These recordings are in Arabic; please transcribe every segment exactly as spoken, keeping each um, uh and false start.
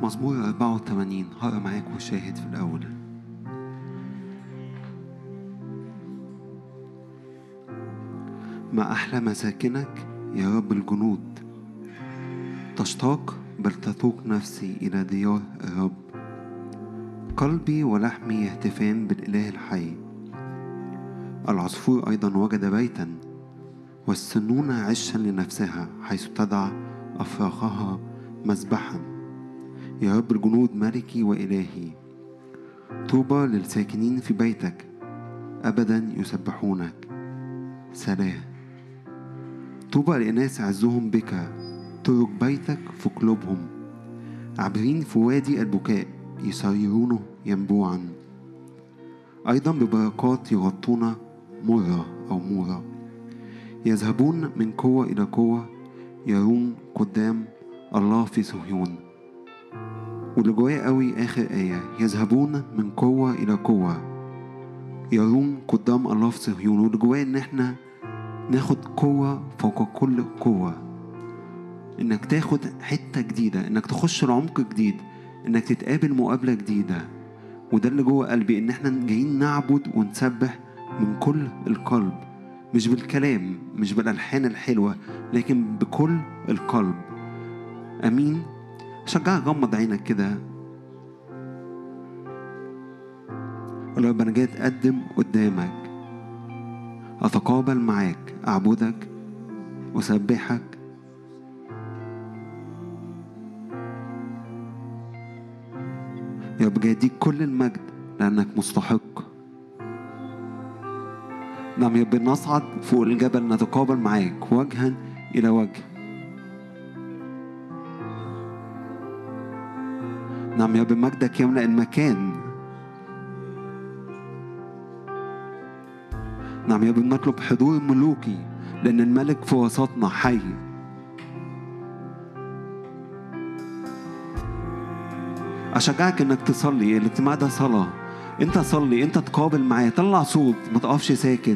مزمور أربعة وثمانين هقرا معاك وشاهد في الأول. ما أحلى مساكنك يا رب الجنود، تشتاق بل تتوق نفسي إلى ديار الرب. قلبي ولحمي يهتفان بالإله الحي. العصفور أيضا وجد بيتا، والسنونة عشا لنفسها، حيث تدع أفراخها مذبحا. يا رب الجنود ملكي وإلهي، طوبى للساكنين في بيتك، أبدا يسبحونك. سلام. طوبى لأناس عزهم بك، طرق بيتك في قلوبهم. عابرين في وادي البكاء، يسيرونه ينبوعا. أيضا ببركات يغطون مرة أو مورة. يذهبون من قوة إلى قوة، يرون قدام الله في صهيون. واللي جوايا قوي آخر آية، يذهبون من قوة إلى قوة، يرون قدام الله في صهيون. واللي جوايا إن احنا ناخد قوة فوق كل قوة، إنك تاخد حتة جديدة، إنك تخش العمق جديد، إنك تتقابل مقابلة جديدة. وده اللي جوه قلبي، إن احنا جايين نعبد ونسبح من كل القلب، مش بالكلام، مش بالألحان الحلوة، لكن بكل القلب. أمين. شجعك غمض عينك كده. ولو أنا جاي أتقدم قدامك، أتقابل معاك، أعبدك وأسبحك. يا رب جاي أديك كل المجد لأنك مستحق. نعم يا رب، نصعد فوق الجبل نتقابل معاك وجها إلى وجه. نعم يا رب، مجدك يملأ المكان. نعم يا رب، نطلب حضور ملوكي لأن الملك في وسطنا حي. أشجعك إنك تصلي. الاجتماع ده صلاة. أنت صلي، أنت تقابل معايا، طلع صوت، ما تقفش ساكت.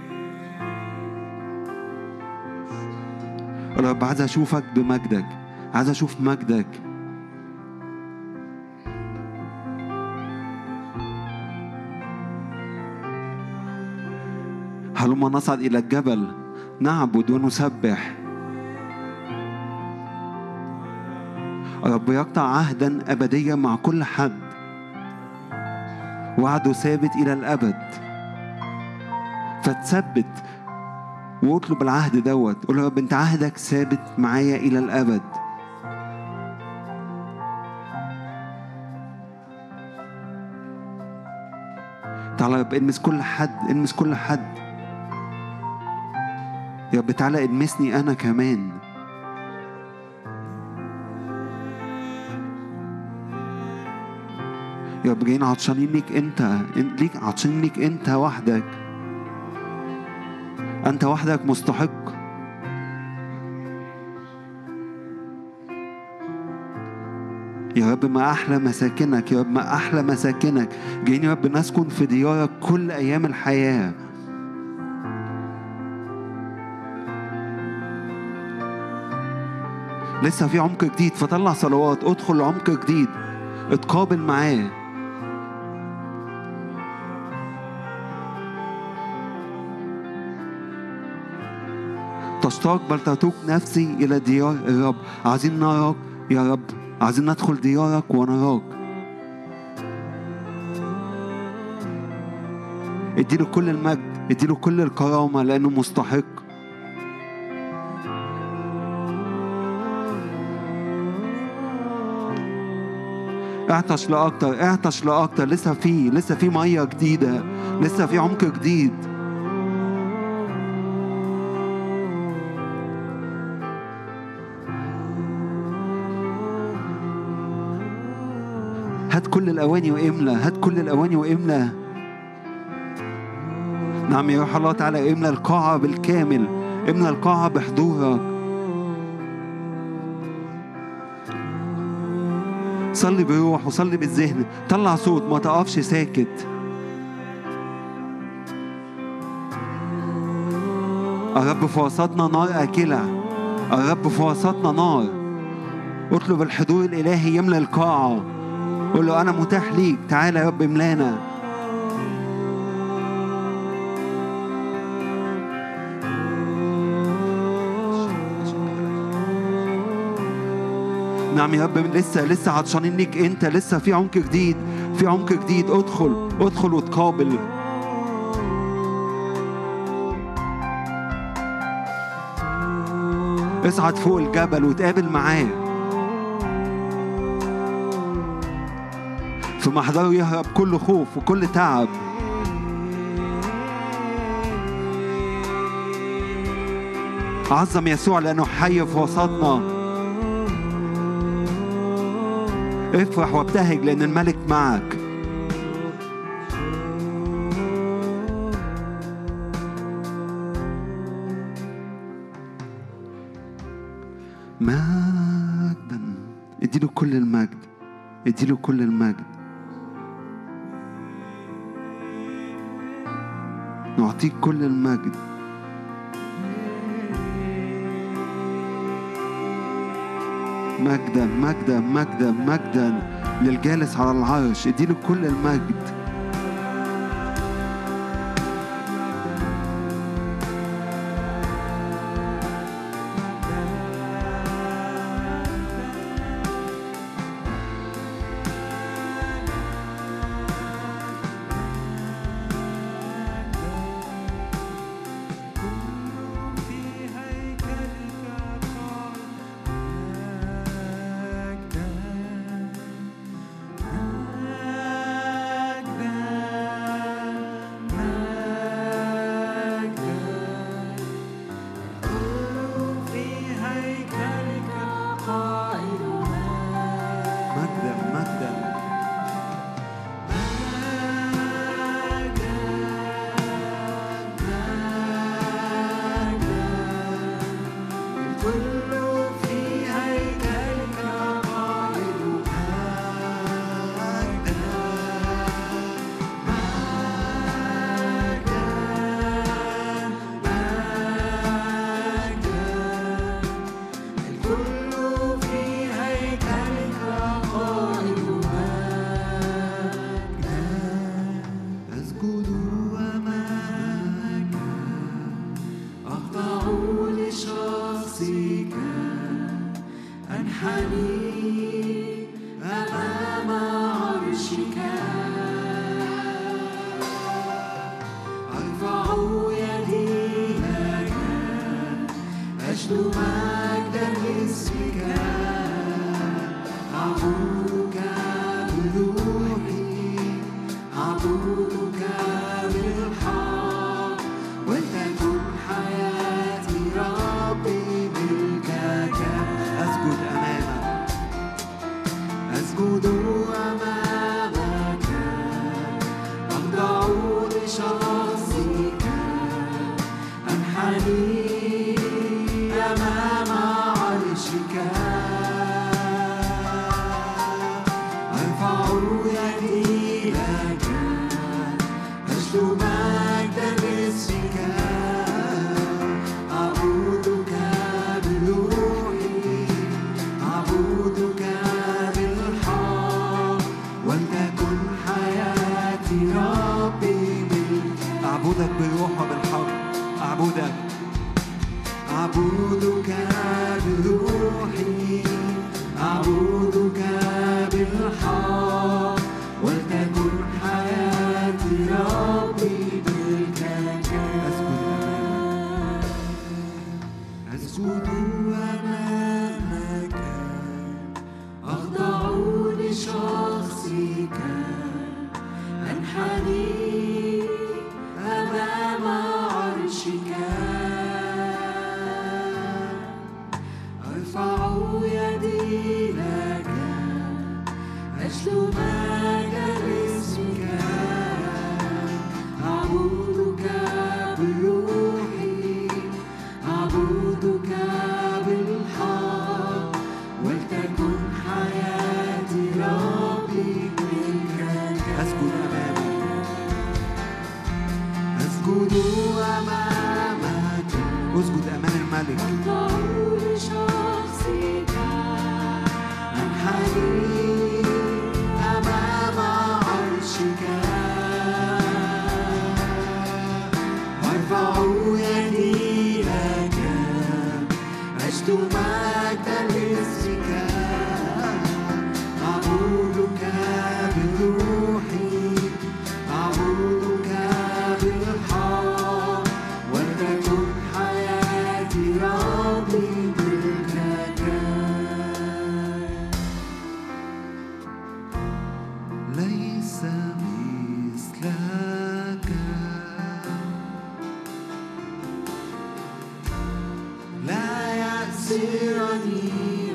يا رب عايز أشوفك بمجدك، عايز أشوف مجدك. هلما نصعد إلى الجبل نعبد ونسبح. رب يقطع عهدا أبديا مع كل حد، وعده ثابت إلى الأبد. فتثبت واطلب العهد دوت. قول يا رب أنت عهدك ثابت معايا إلى الأبد. تعالى يا رب المس كل حد، المس كل حد. يا رب تعالى المسني أنا كمان. يا رب جايين عطشانين ليك أنت، ليك عطشانين ليك أنت وحدك. أنت وحدك مستحق. يا رب ما أحلى مساكنك، يا رب ما أحلى مساكنك. جايين يا رب نسكن في ديارك كل أيام الحياة. لسه في عمق جديد، فطلع صلوات، ادخل عمق جديد، اتقابل معاه. تشتاق بل تتوق نفسي إلى ديار الرب. عايزين نراك يا رب، عايزين ندخل ديارك ونراك. اديله كل المجد، اديله كل الكرامة لأنه مستحق. اعطش لأكتر، اعطش لأكتر. لسه في لسه في مية جديدة، لسه في عمق جديد. هات كل الأواني وإملى، هات كل الأواني وإملى. نعم يا روح الله، تعالى إملى القاعة بالكامل، إملى القاعة بحضورك. صلي بروح وصلي بالذهن، طلع صوت، ما تقفش ساكت. الرب في وسطنا نار آكلة، الرب في وسطنا نار. اطلب الحضور الإلهي يملى القاعة. قول له أنا متاح ليك، تعالى يا رب املانا. نعم يا رب، لسه لسه عطشانين ليك أنت، لسه في عمق جديد، في عمق جديد. ادخل ادخل وتقابل. اصعد فوق الجبل وتقابل معاه. في محضره يهرب كل خوف وكل تعب. عظم يسوع لأنه حي في وسطنا. افرح وابتهج لأن الملك معك. مجدا. اديله كل المجد، اديله كل المجد. نعطيك كل المجد. مجدا مجدا مجدا مجدا للجالس على العرش. اديله كل المجد.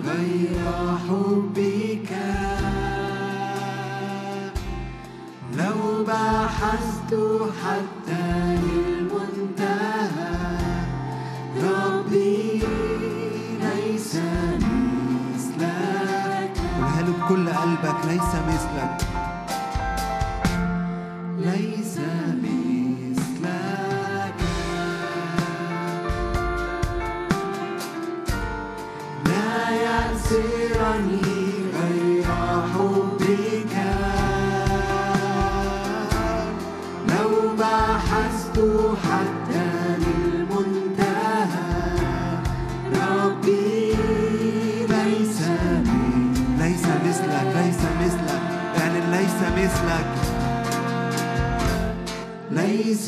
غير حبك. لو بحثت حتى للمنتهى ربي ليس مثلك. قولها له بكل قلبك، ليس مثلك، ليس مثلك. لا يأسرني غير حبك. لو بحثت حتى للمنتهى ربي ليس ليس مثلك، ليس مثلك. اعلن ليس مثلك، ليس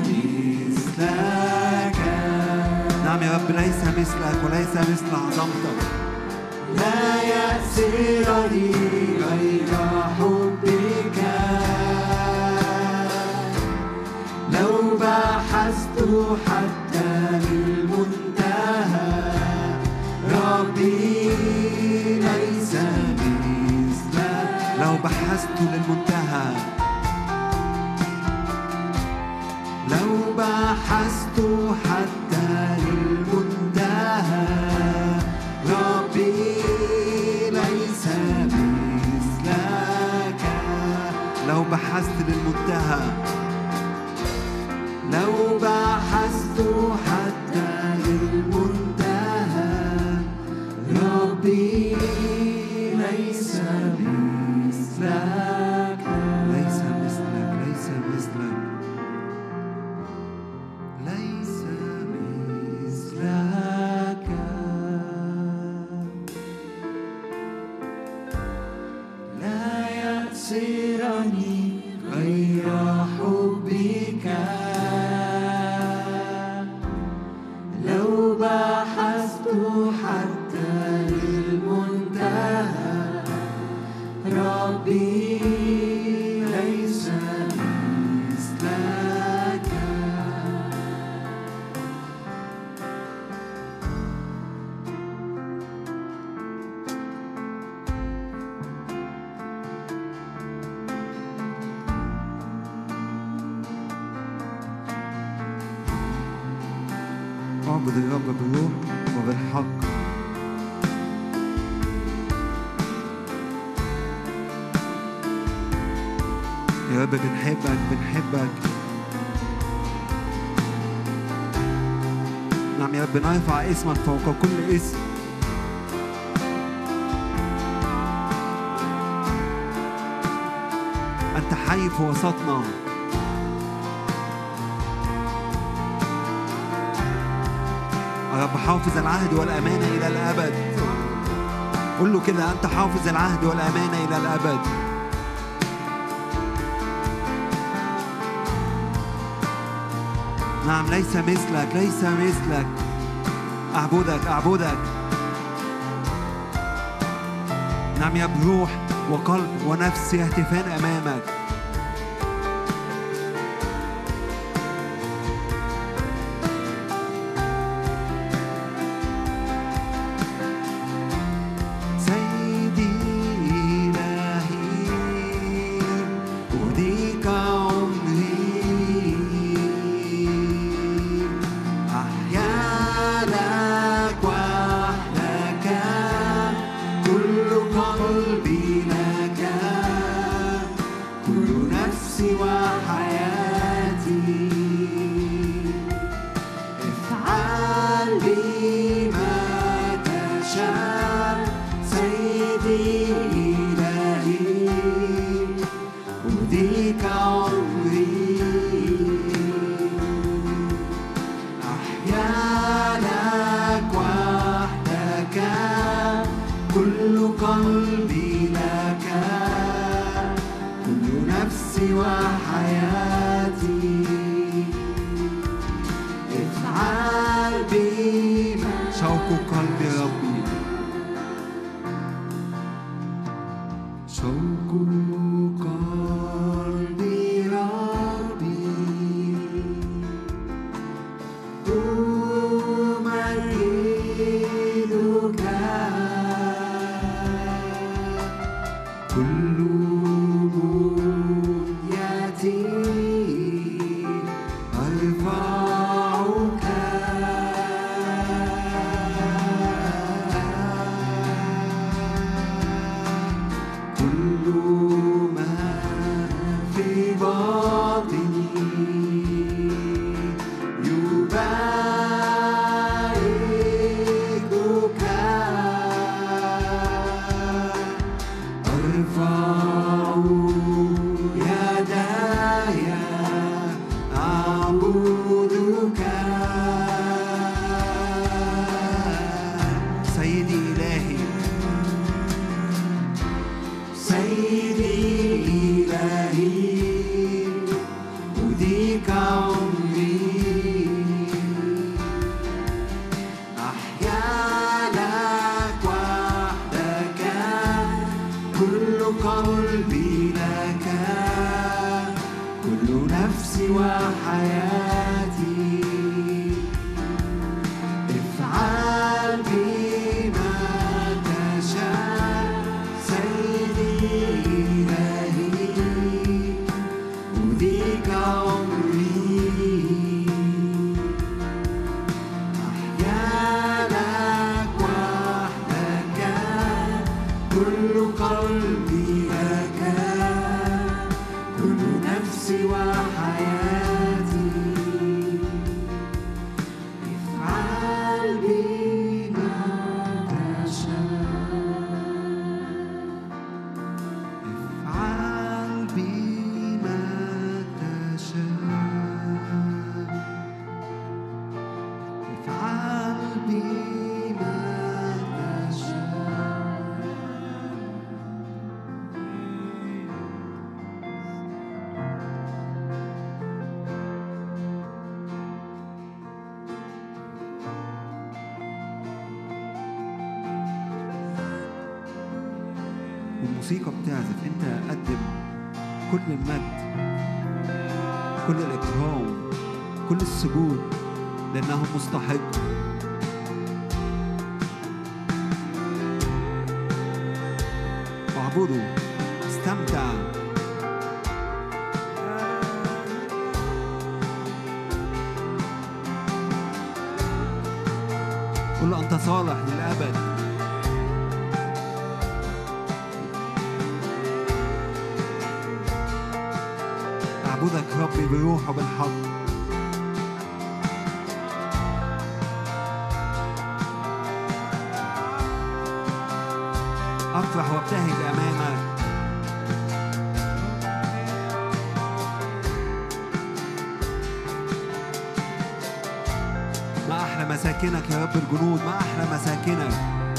مثلك. نعم يا رب، ليس مثلك وليس مثل عظمتك. لا يأسرني غير حبك. لو بحثت حتى للمنتهى ربي ليس مثلك. لو بحثت للمنتهى، لو بحثت حتى للمنتهى ربي ليس مثلك. لو بحثت للمنتهى، لو بحثت حتى للمنتهى ربي ليس مثلك. ليس مثلك، ليس مثلك، ليس مثلك. لا يأسرني غير حبك. لو بحثت حتى للمنتهى ربي ليس مثلك. اعبد الرب بالروح وبالحق. يا رب بنحبك، بنحبك. نعم يا رب، نرفع اسمك فوق كل اسم. أنت حي في وسطنا. يا رب حافظ العهد والأمانة إلى الأبد. قل له كده، أنت حافظ العهد والأمانة إلى الأبد. نعم، ليس مثلك، ليس مثلك. أعبدك، أعبدك. نعم يا بروح وقلب ونفس يهتفان أمامك. أمجدك وحياتي افعل بي ما تشاء سيدي إلهي أوديك عمري أحيا لك وحدك كل قلبي لك كل نفسي وحياتي افعل بي ما تشاء افعل بي ما تشاء افعل بي ما تشاء والموسيقى بتعزف، انت قدم كل المجد كل الإكرام كل السجود لأنه مستحق. اعبده استمتع قل له أنت صالح للأبد. أعبدك ربي بروح وبالحق. أفرح وابتهج أمامك. ما أحلى مساكنك يا رب الجنود، ما أحلى مساكنك.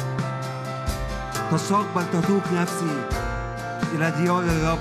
تشتاق بل تتوق نفسي إلى ديار الرب.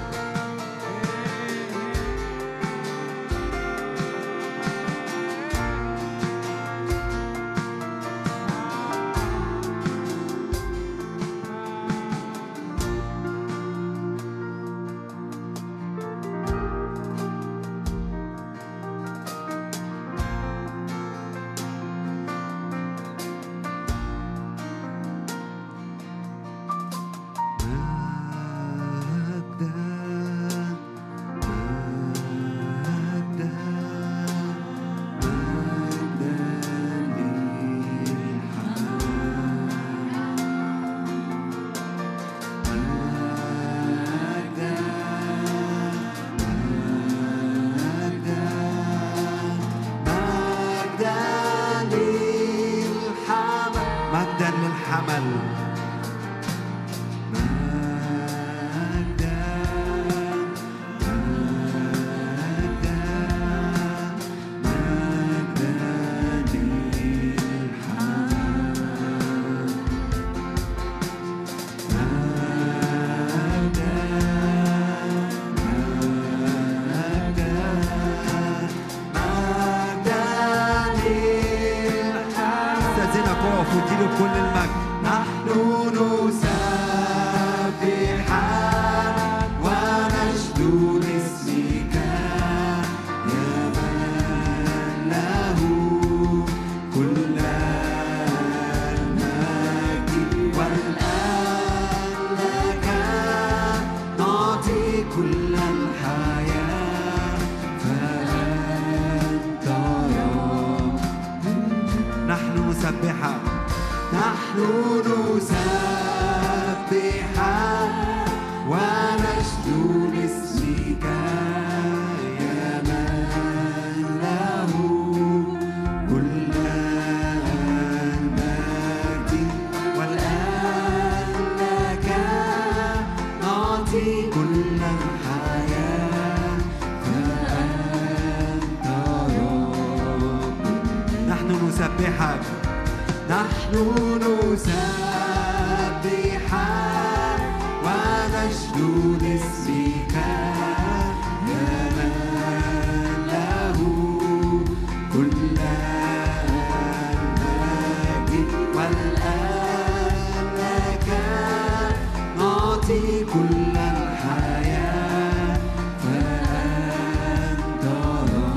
كل الحياة فأنت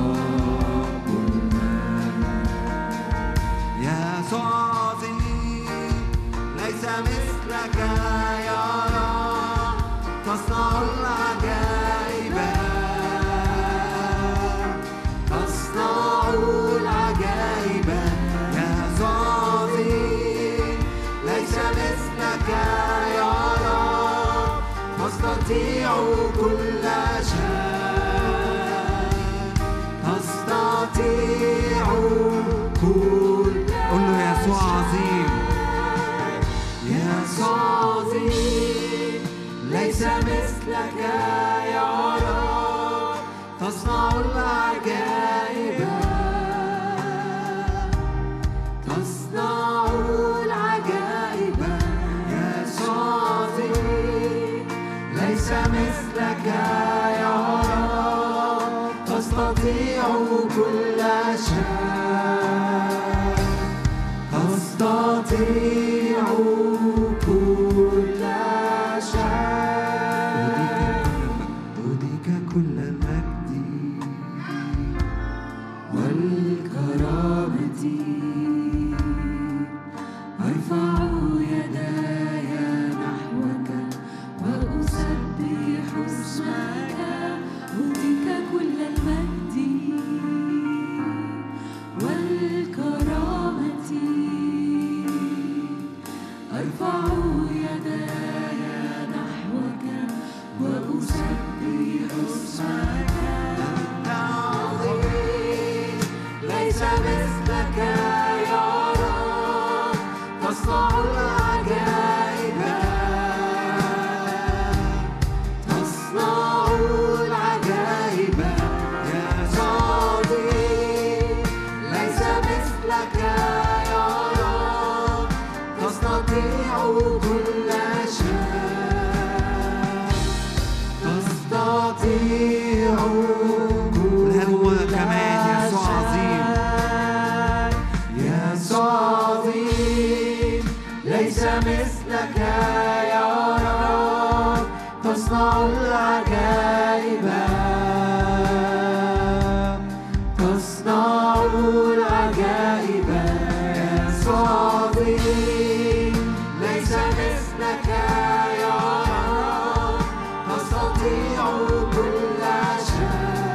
كل شيء تستطيع كل. قل له يسوع عظيم، يسوع عظيم ليس مثلك يا رب، تصنع العجائب تصنع العجائب. يسوع عظيم ليس مثلك يا رب، تستطيع كل شيء تستطيع كل شيء. أوديك كل المجد والكرامة، أرفع يداي نحوك وأسبح اسمك. أوديك كل المجد والكرامة، أرفع يداي نحوك وأسبح اسمك. أنت عظيم ليس مثلك يا رب، تصنع العجائب تصنع العجائب. يا عظيم ليس مثلك يا رب، تستطيع كل شيء تستطيع كل كمان. يسوع عظيم، يسوع عظيم ليس مثلك يا رب، تصنع العجائب تصنع العجائب. يسوع عظيم ليس مثلك يا رب، تستطيع كل شيء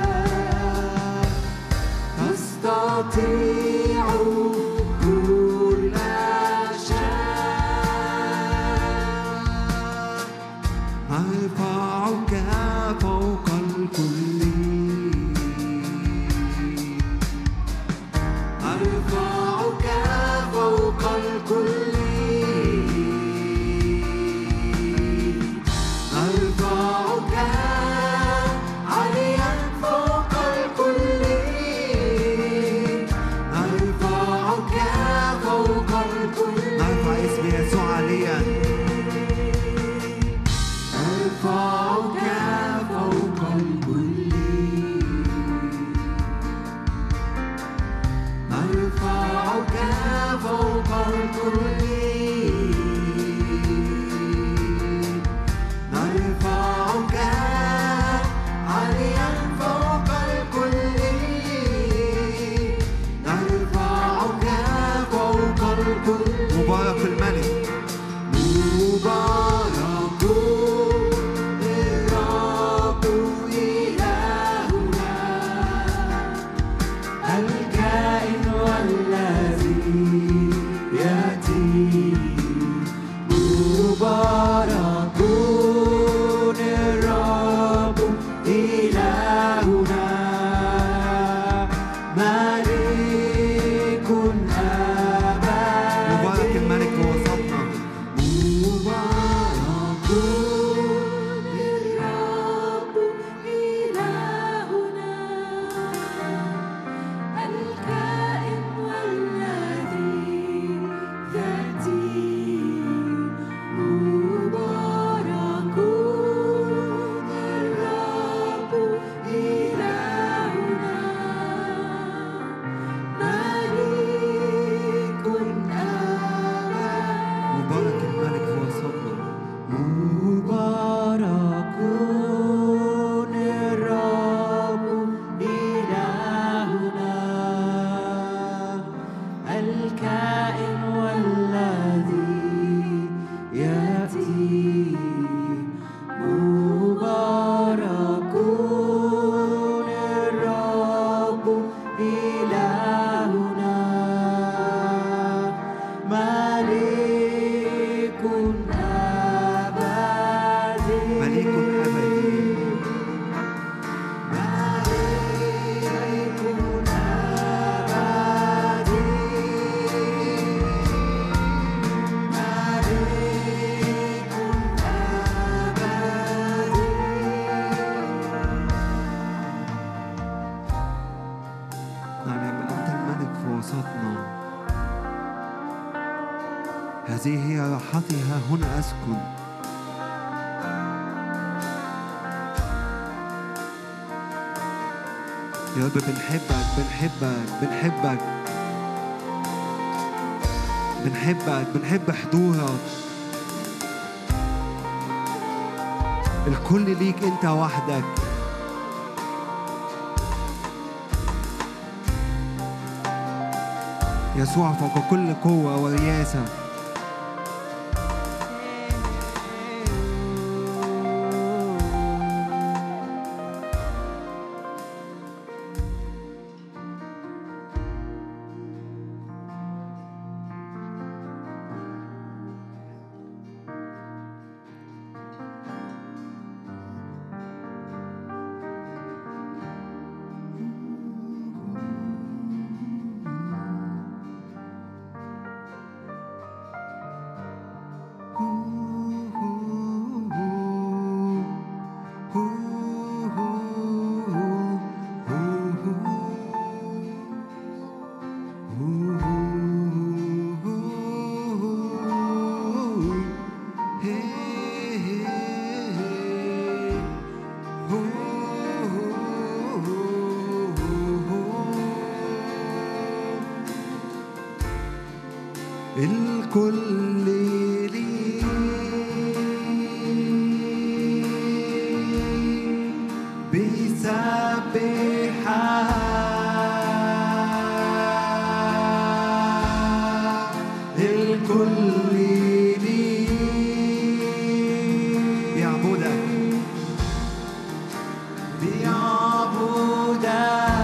هذه هي راحتي، ها هنا أسكن. يا رب بنحبك بنحبك بنحبك بنحبك بنحب حضورك. الكل ليك أنت وحدك. يسوع فوق كل قوة ورياسة. الكل لي بيسبحها، الكل لي بيعبدك بيعبدك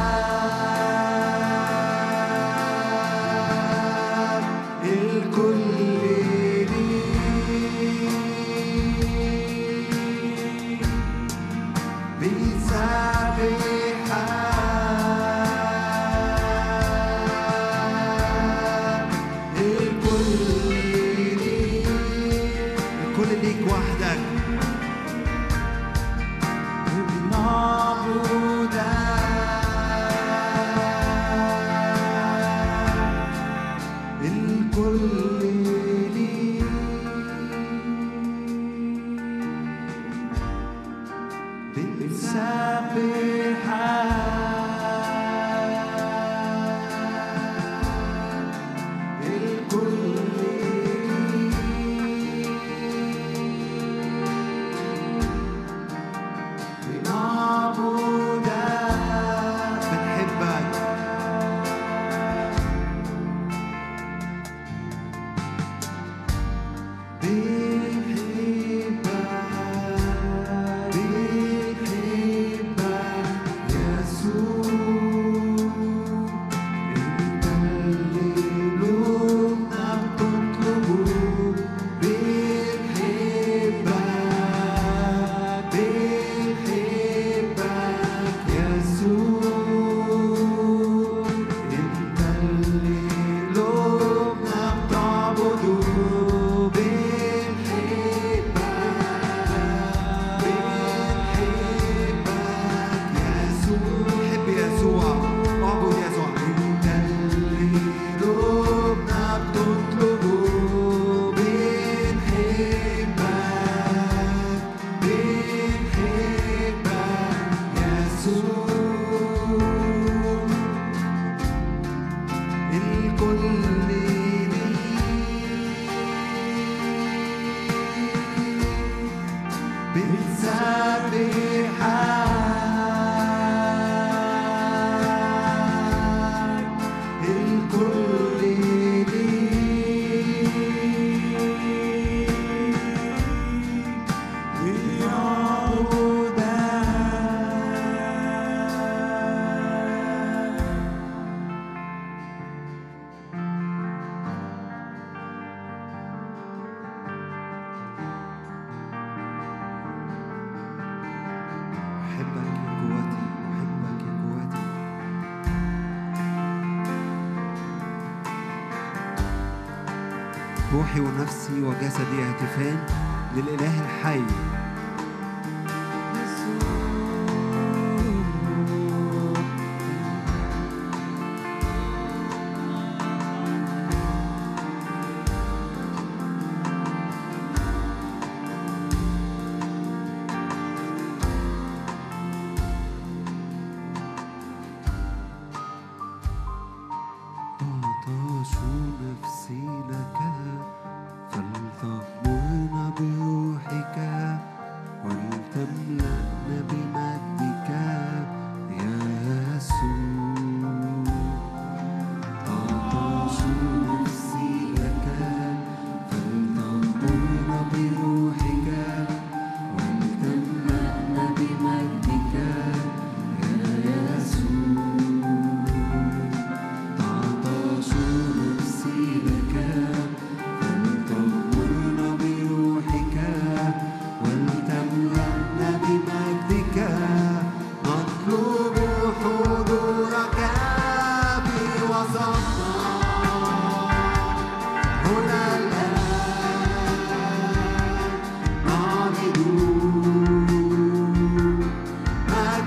روحي ونفسي وجسدي هتفان للإله الحي.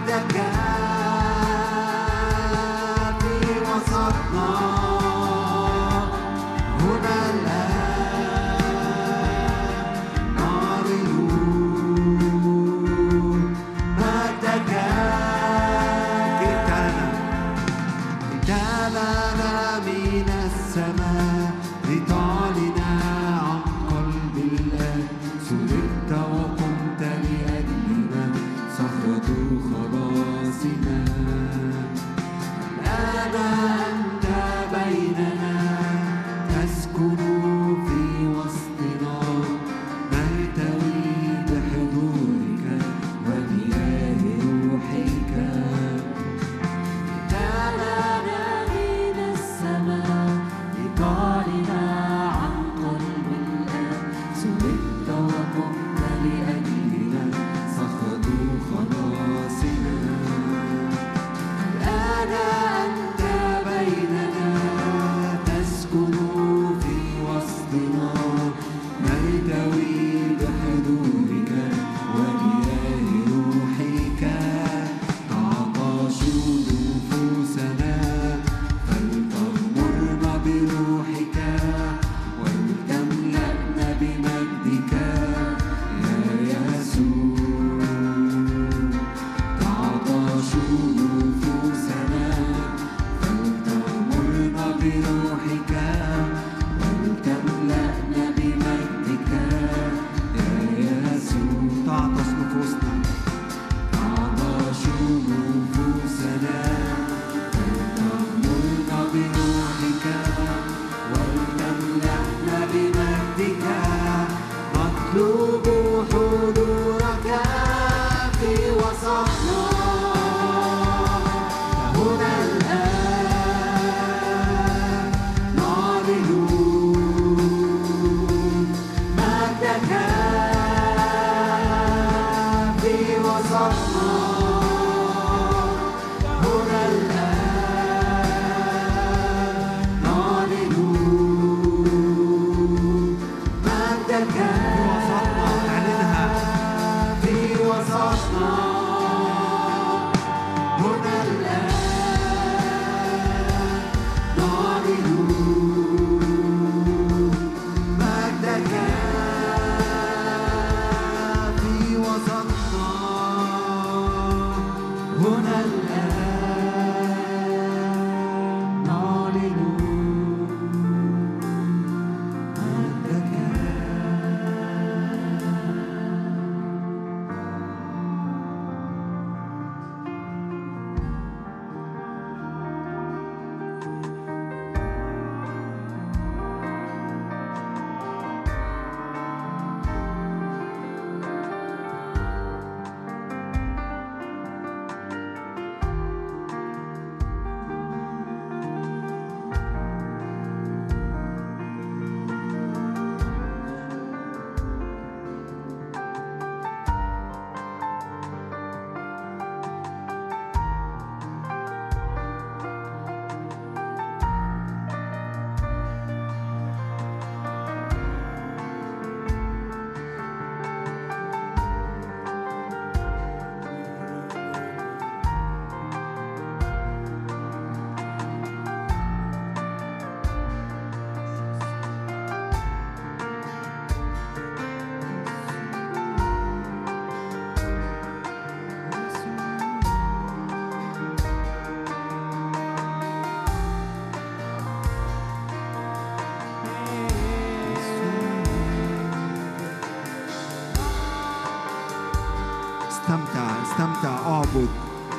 استمتع استمتع اعبد.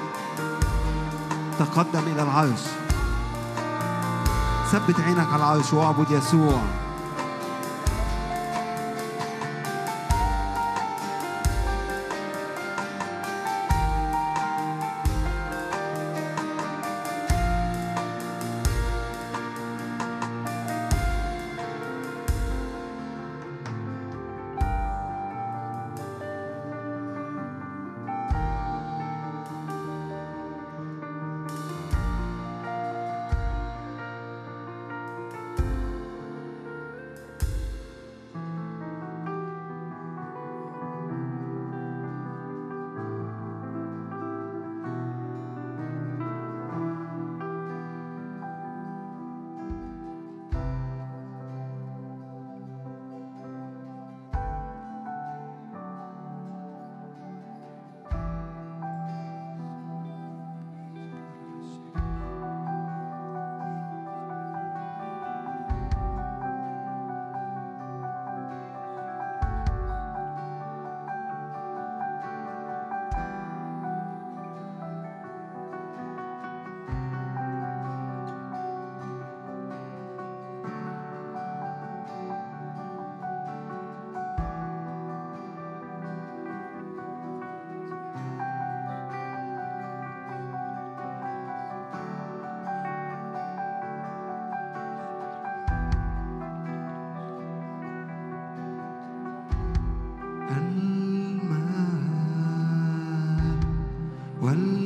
تقدم إلى العرش، ثبت عينك على العرش واعبد يسوع.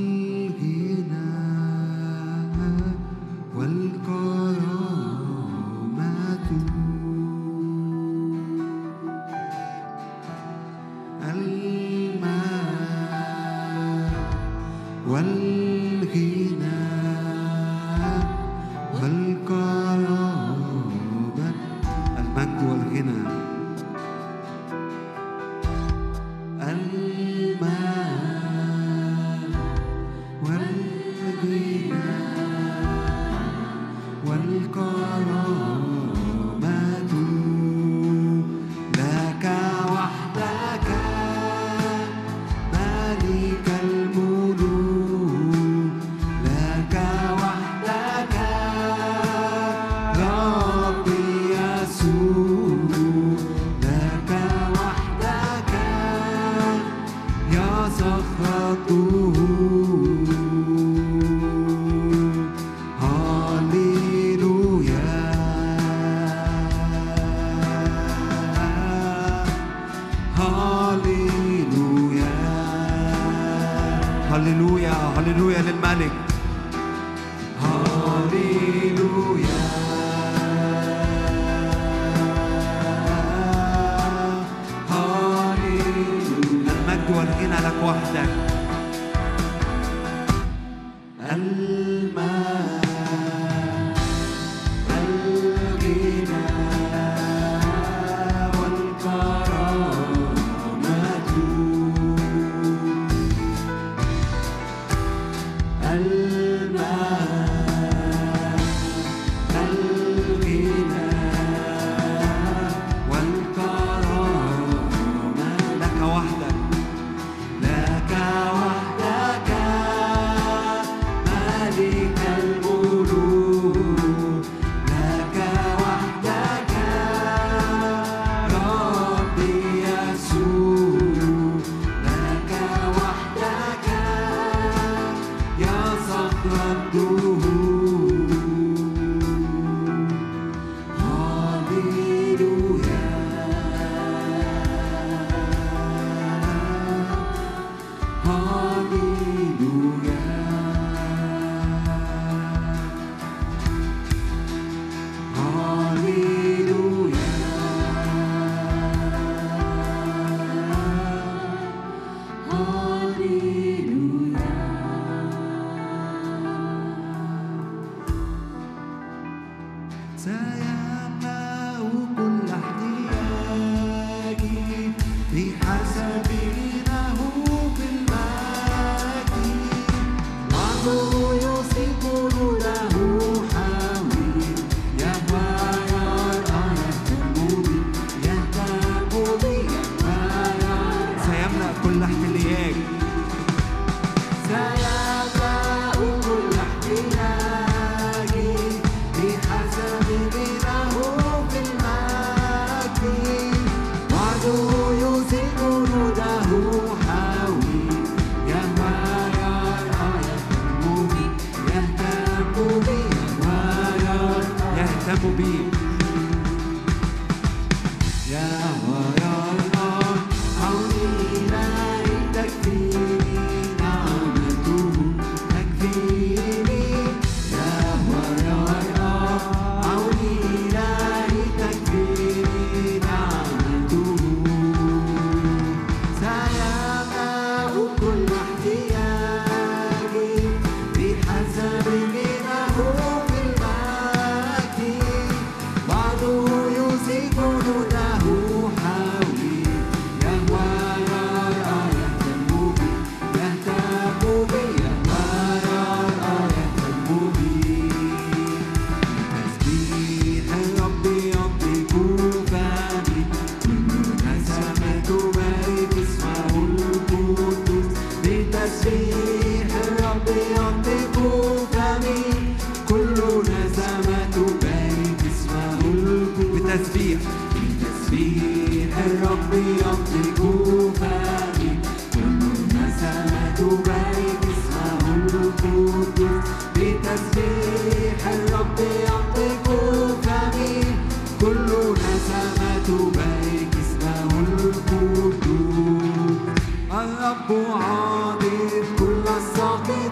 الرب عاطف كل الساقين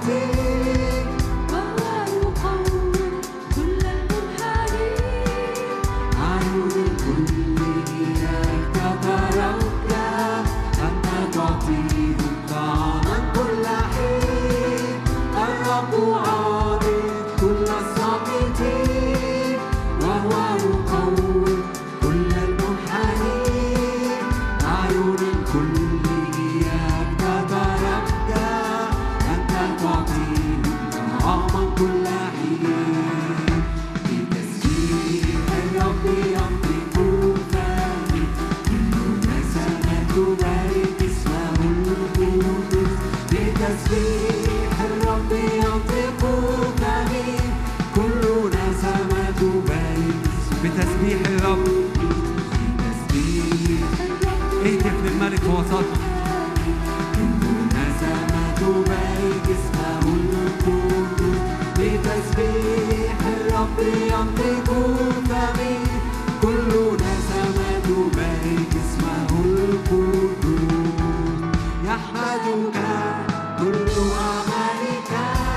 وسطنا. كل نسمة تبارك اسمه القدوس، بتسبيح الرب ينطق فمي. كل نسمة تبارك اسمه القدوس، يحمدك كل عملك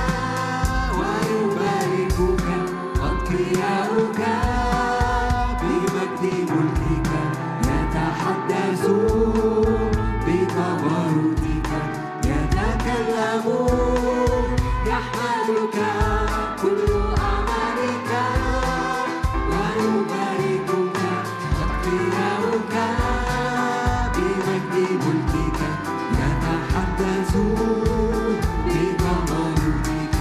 ويباركك أتقياؤك، بمجد ملكك يتحدثون، بتباركك يتكلمون. يحمدك كل أعمالك ويباركك أتقياؤك، بمجد ملكك يتحدثون، بتباركك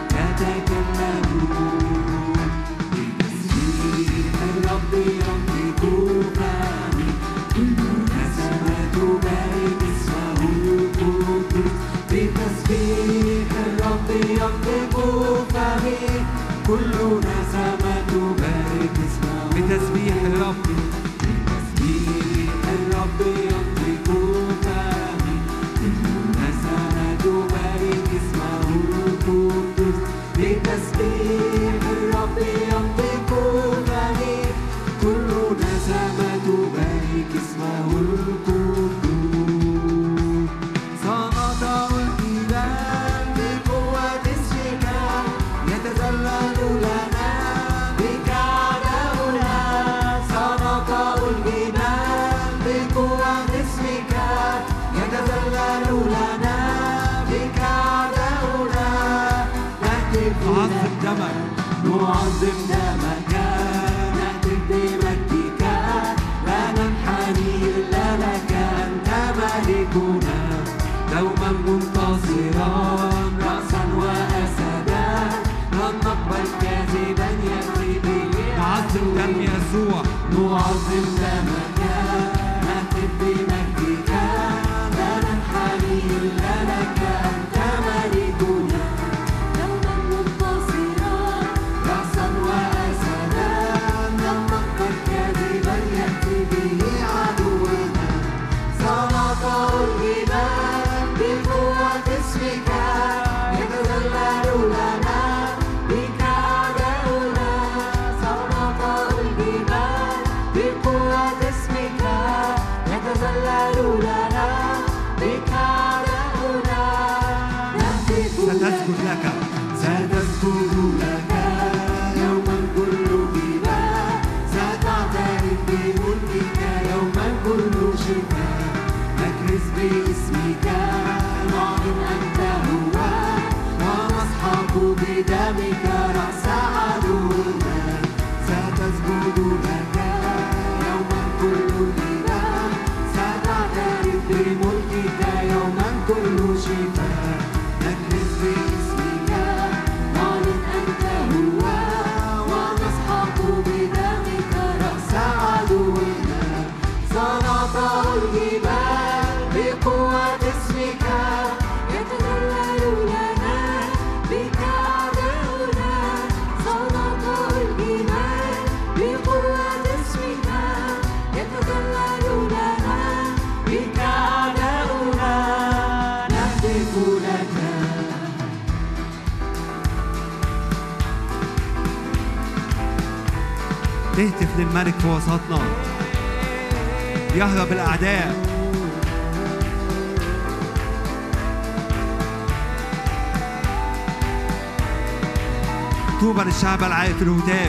يتكلمون. بتسبيح الرب ينطق فمي، كل نسمة تبارك اسمه القدوس. بتسبيح الرب ينطق فمي، كل نسمة تبارك اسمه. بتسبيح الرب بتسبيح الرب ينطق فمي، كل نسمة تبارك اسمه القدوس. بتسبيح الرب ينطق فمي، كل نسمة تبارك اسمه القدوس. سنطع الجبال بقوة اسمك، يتذلل لنا بك عدونا. سنطع الجبال بقوة اسمك، يتذلل لنا بك عدونا. نهتف نعظم دمك، نعظم دمك، نهتف بمجدك، لا ننحني إلا لك. أنت ملكنا دوما منتصرا، رأسا وأسدا، لن نقبل كاذبا يأتي به. نعظم دم يسوع، نعظم دمك، نهتف بمجدك، لا ننحني إلا لك. أنت ملكنا دوما منتصرا، رأسا وأسدا، لن نقبل كاذبا يأتي به عدونا. سنطع الجبال بقوة اسمك، يتذلل لنا بك عدونا. سنطع الجبال بقوة اسمك، يتذلل لنا بك عدونا. نهتف ستسجد لك، ستسجد لك يوما كل جبال، ستعترف بملكك يوما كل شفاه. نكرز باسمك، نعلن أنت هو، ونسحق بدمك رأس عدونا. ستسجد لك يوما كل جبال، ستعترف بملكك يوما كل شفاه. نكرز باسمك، نعلن أنت هو، ونسحق بدمك رأس عدونا. سنطع الجبال بقوة اسمك، يتذلل لنا بك عدونا. سنطع الجبال بقوة اسمك، يتذلل لنا بك عدونا. نهتف لك. نهتف للملك في وسطنا، يهرب الأعداء. طوبى للشعب العارف الهتاف.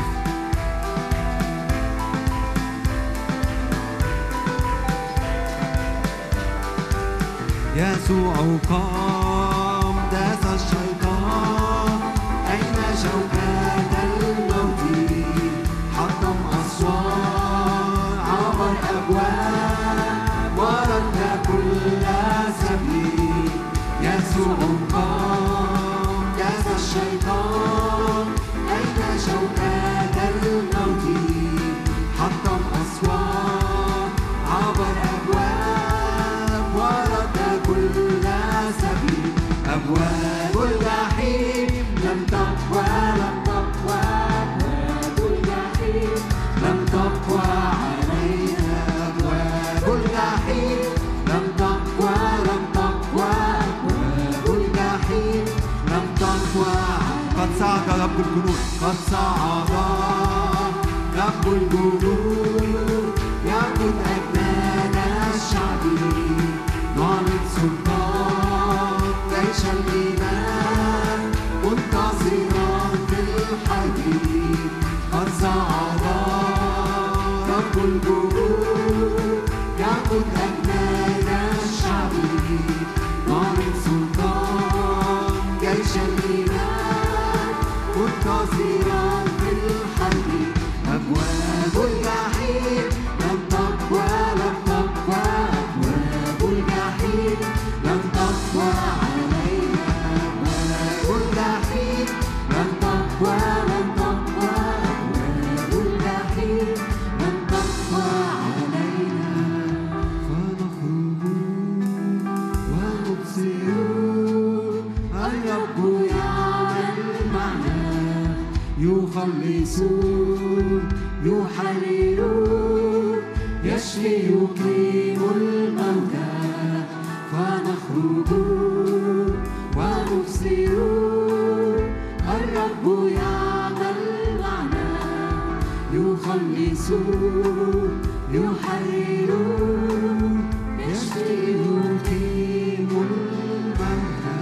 يسوع قام، داس الشيطان، أين شوكات الموت؟ حطم أسوار، عبر أبواب، ورد كل سبيل. يسوع قام، داس الشيطان، أين شوكات الموت؟ حطم أسوار، عبر أبواب، ورد كل سبيل. قد صعد رب الجنود قد صعد رب الجنود يقود أجناد الشعب نعلن سلطان جيش الإيمان منتصرا في الحديد قد صعد رب الجنود يقود أجناد الشعب نعلن سلطان جيش الإيمان منتصرا في الحديد أبواب الجحيم لن تقوى لن تقوى أبواب الجحيم لن تقوى علينا أبواب الجحيم لن تقوى لن تقوى أبواب الجحيم لن تقوى علينا فنخرج ونبصر الرب يعمل معنا يخلص يحرر يشفي يقيم الموتى فنخرج ونبصر الرب يعمل معنا يخلص يحرر يشفي يقيم الموتى.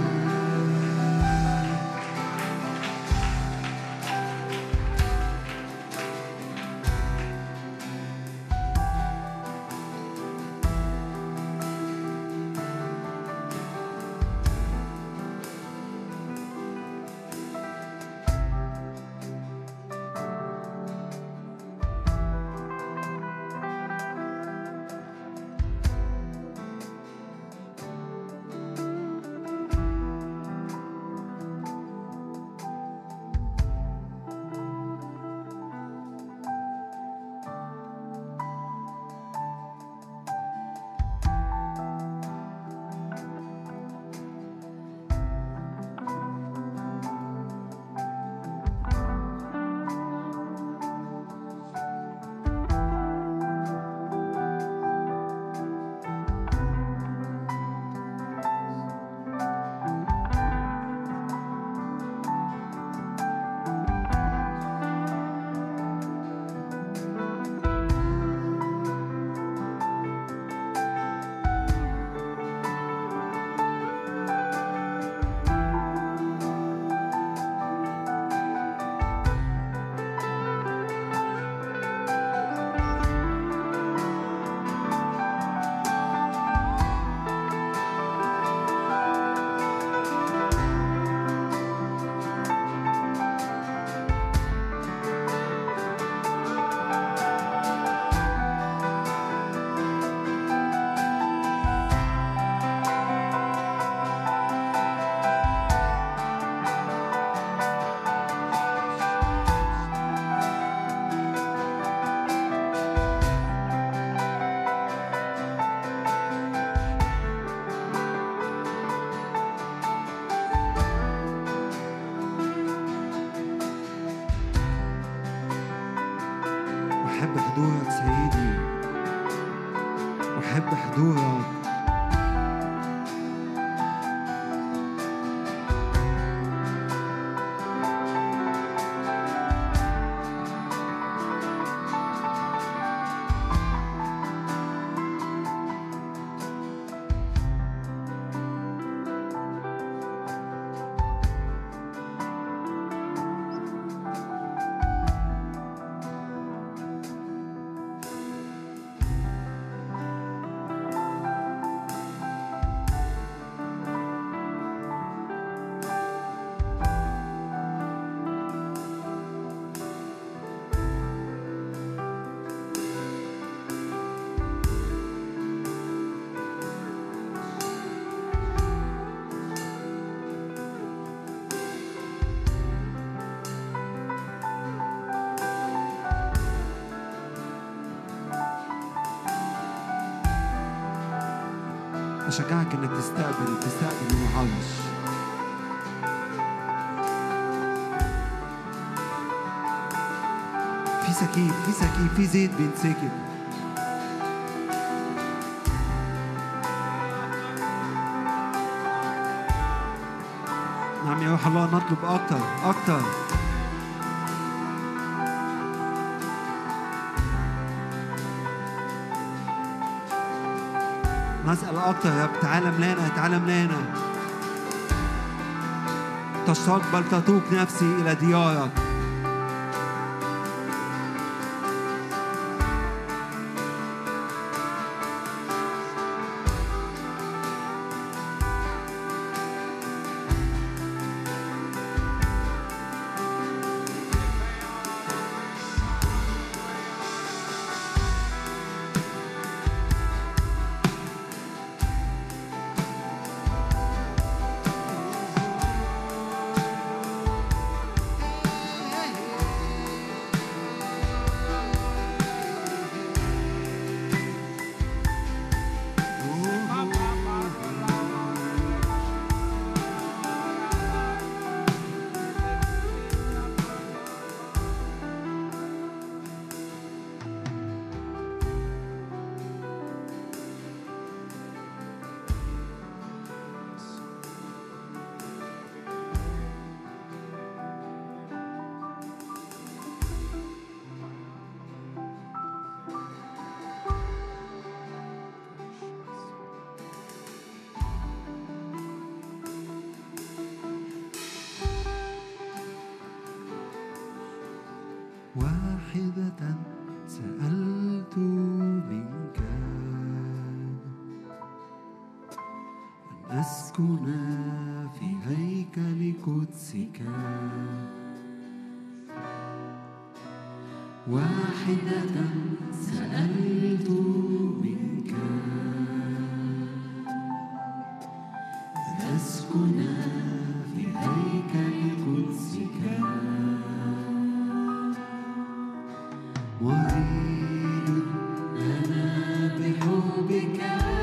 أحب حضورك سيدي أحب حضورك أشجعك إنك تستقبل تستقبل المعرش. في سكيب في سكيب في زيت بينسكب. نعم يا روح الله نطلب أكتر أكتر. نسأل أكتر يا رب. تعالى ملانا، تعالى ملانا. تشتاق بل تتوق نفسي إلى ديارك. واحدة سألت منك أن أسكن في هيكل قدسك. واحدة سألت منك أن أسكن في هيكل قدسك. مريض أنا بحبك،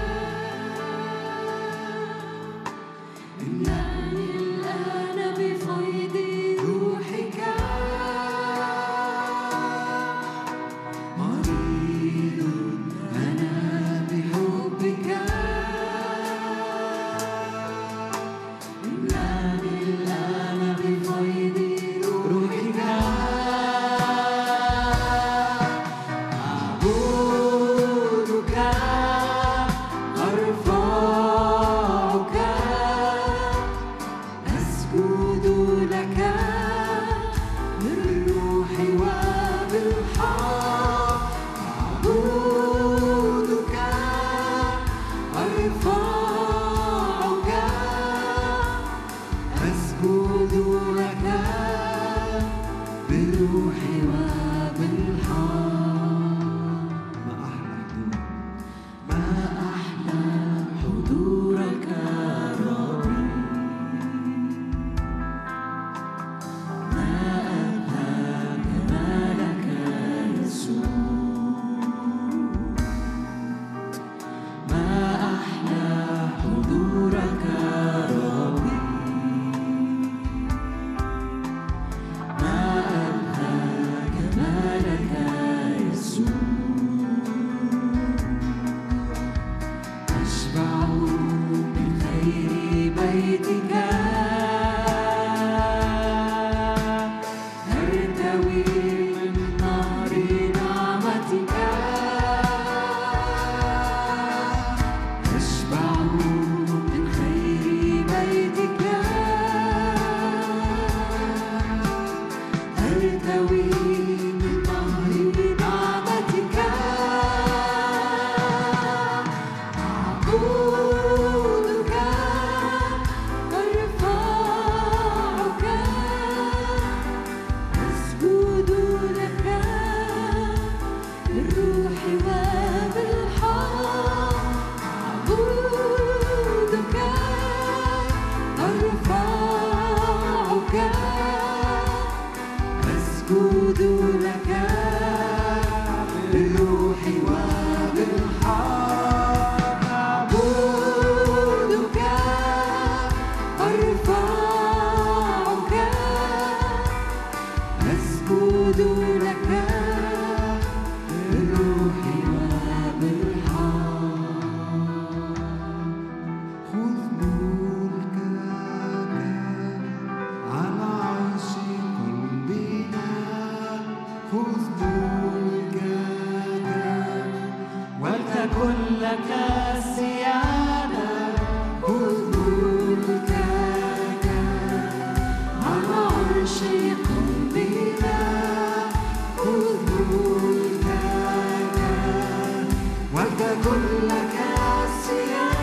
املأني الآن بفيض روحك. مريض أنا بحبك، املأني الآن بفيض روحك.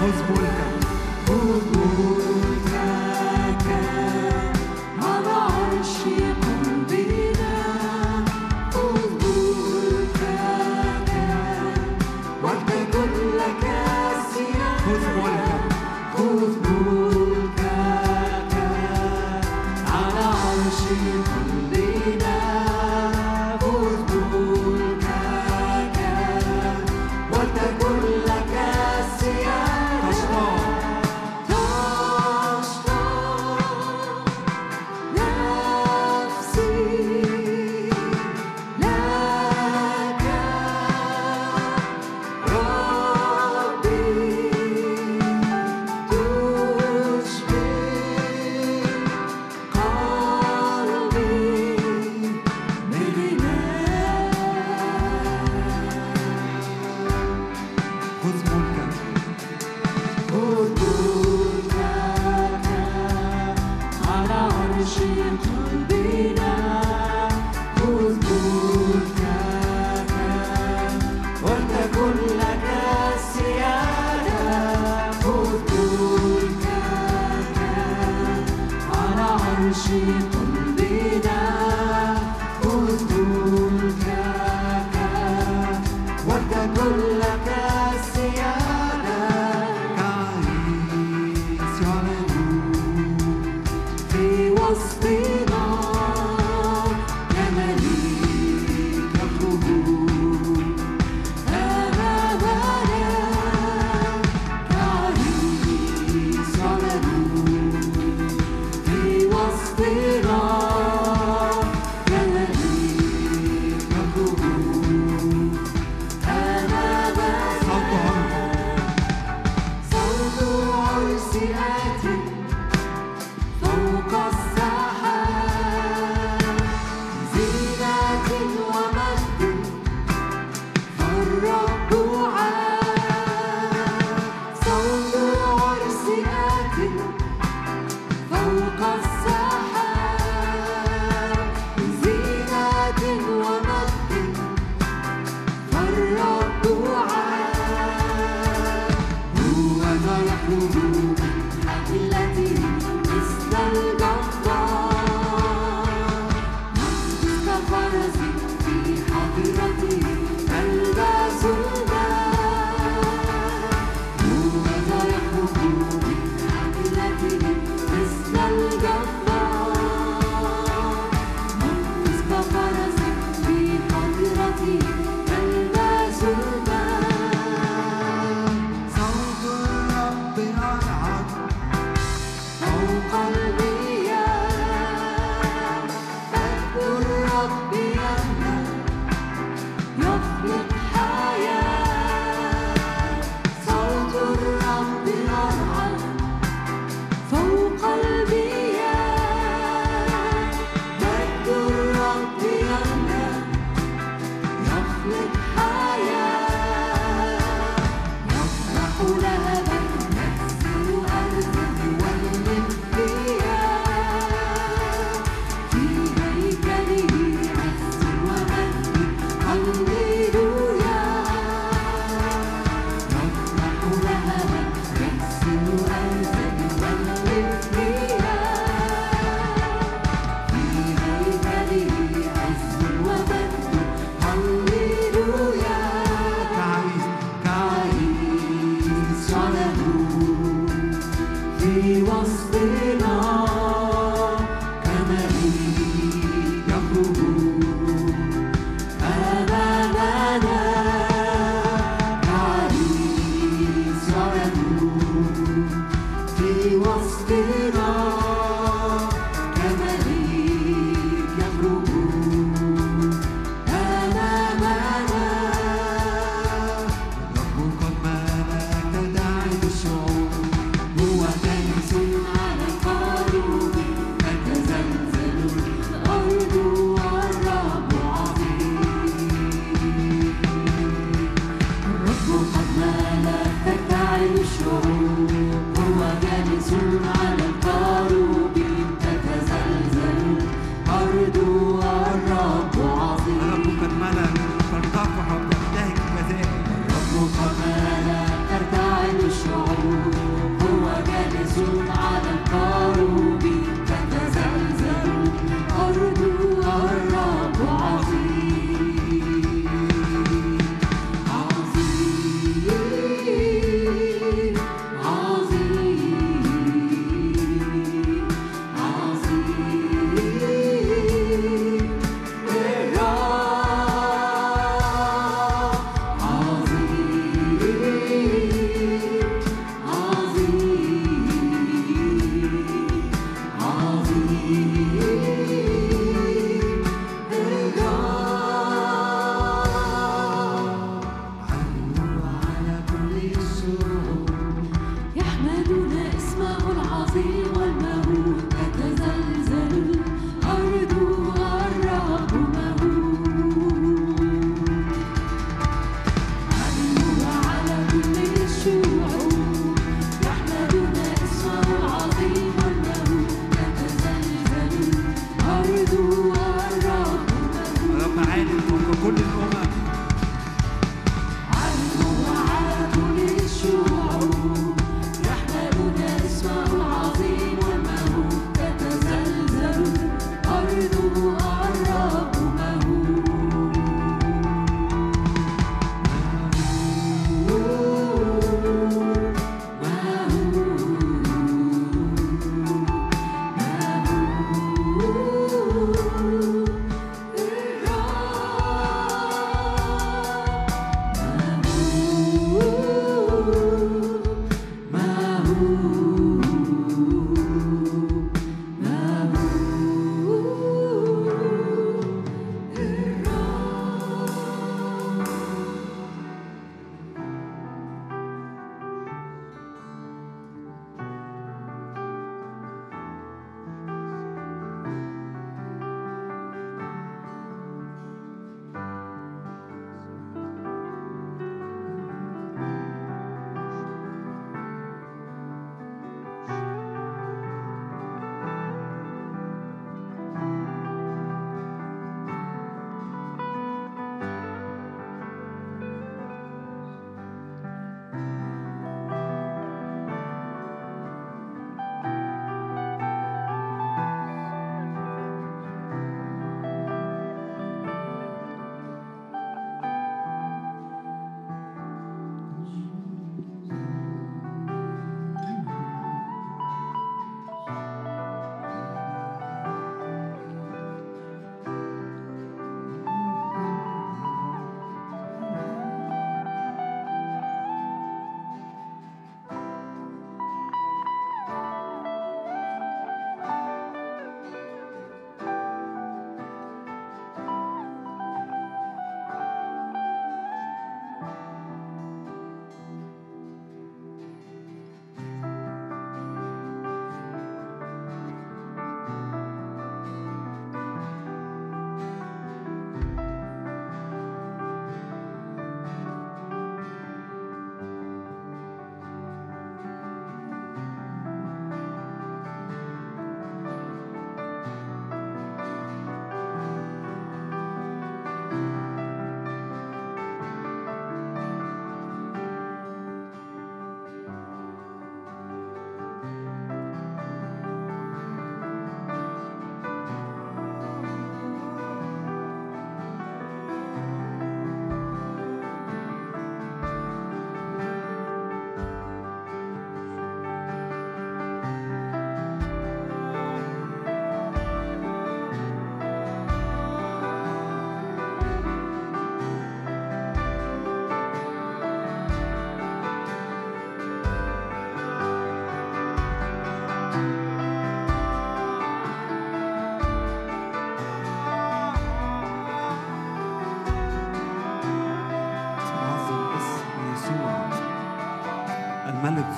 فوق السحاب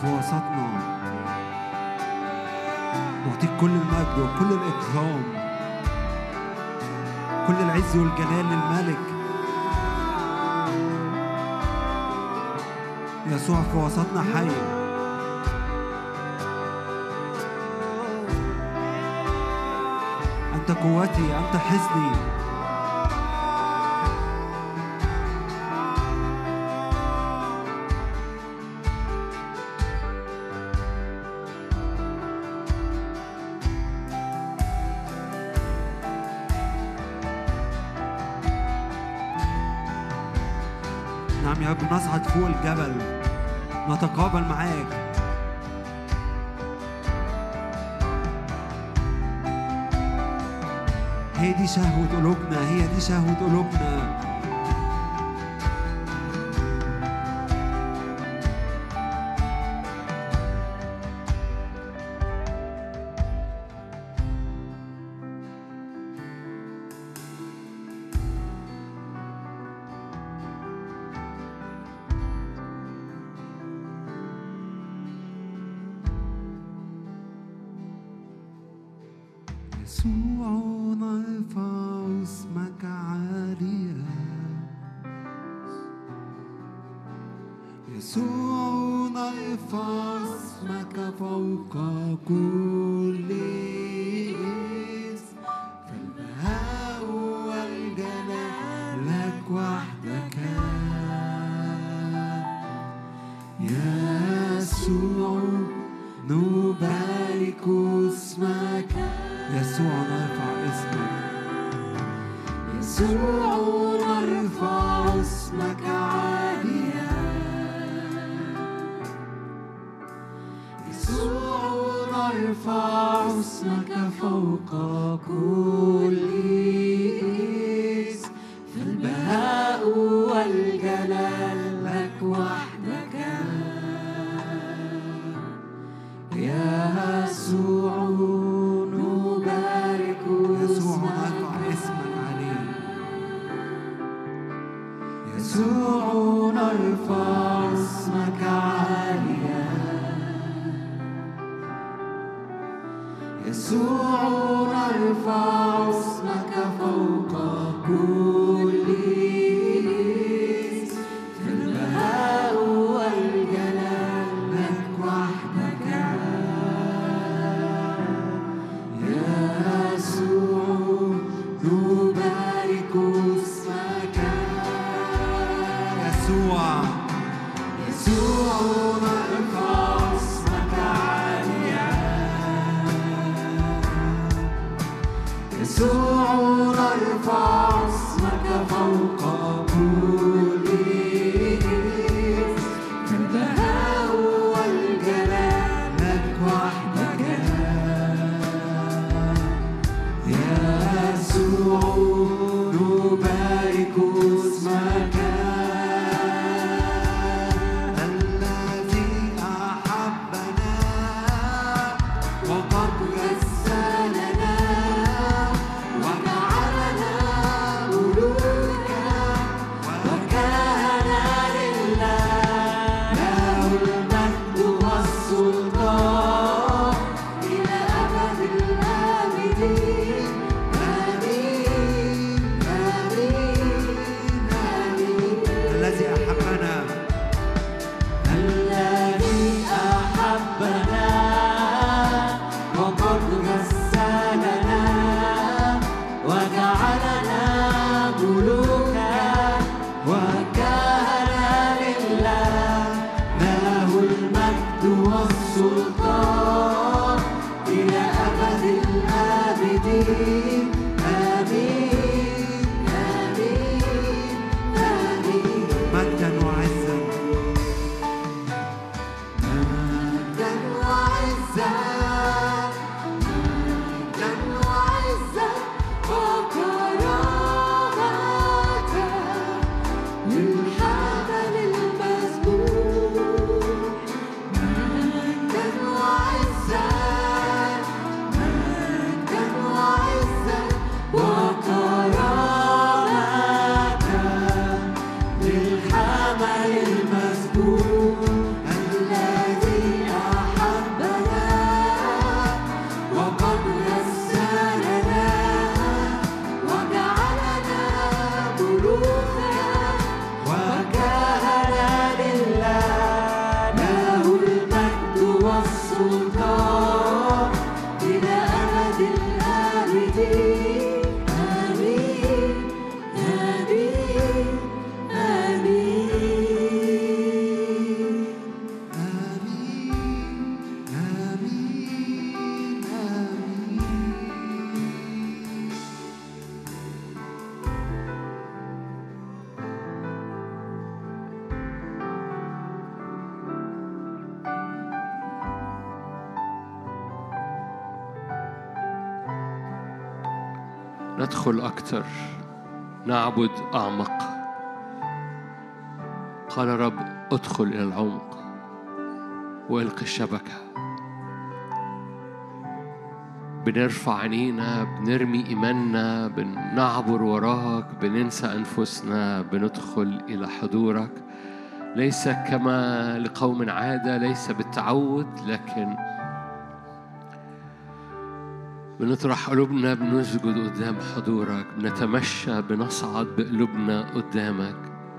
في وسطنا. نعطيك كل المجد وكل الإكرام، كل العز والجلال للملك. يسوع في وسطنا حي. أنت قوتي، أنت حصني. نعم يا رب، نصعد فوق الجبل نتقابل معاك. هي دي شهوة قلوبنا، هي دي شهوة قلوبنا. وعزة ندخل أكتر، نعبد أعمق. قال رب ادخل إلى العمق والقي الشبكة. بنرفع عينينا، بنرمي إيماننا، بنعبر وراك، بننسى أنفسنا، بندخل إلى حضورك، ليس كما لقوم عادة، ليس بالتعود، لكن بنطرح قلوبنا، بنسجد قدام حضورك، بنتمشى، بنصعد بقلوبنا قدامك.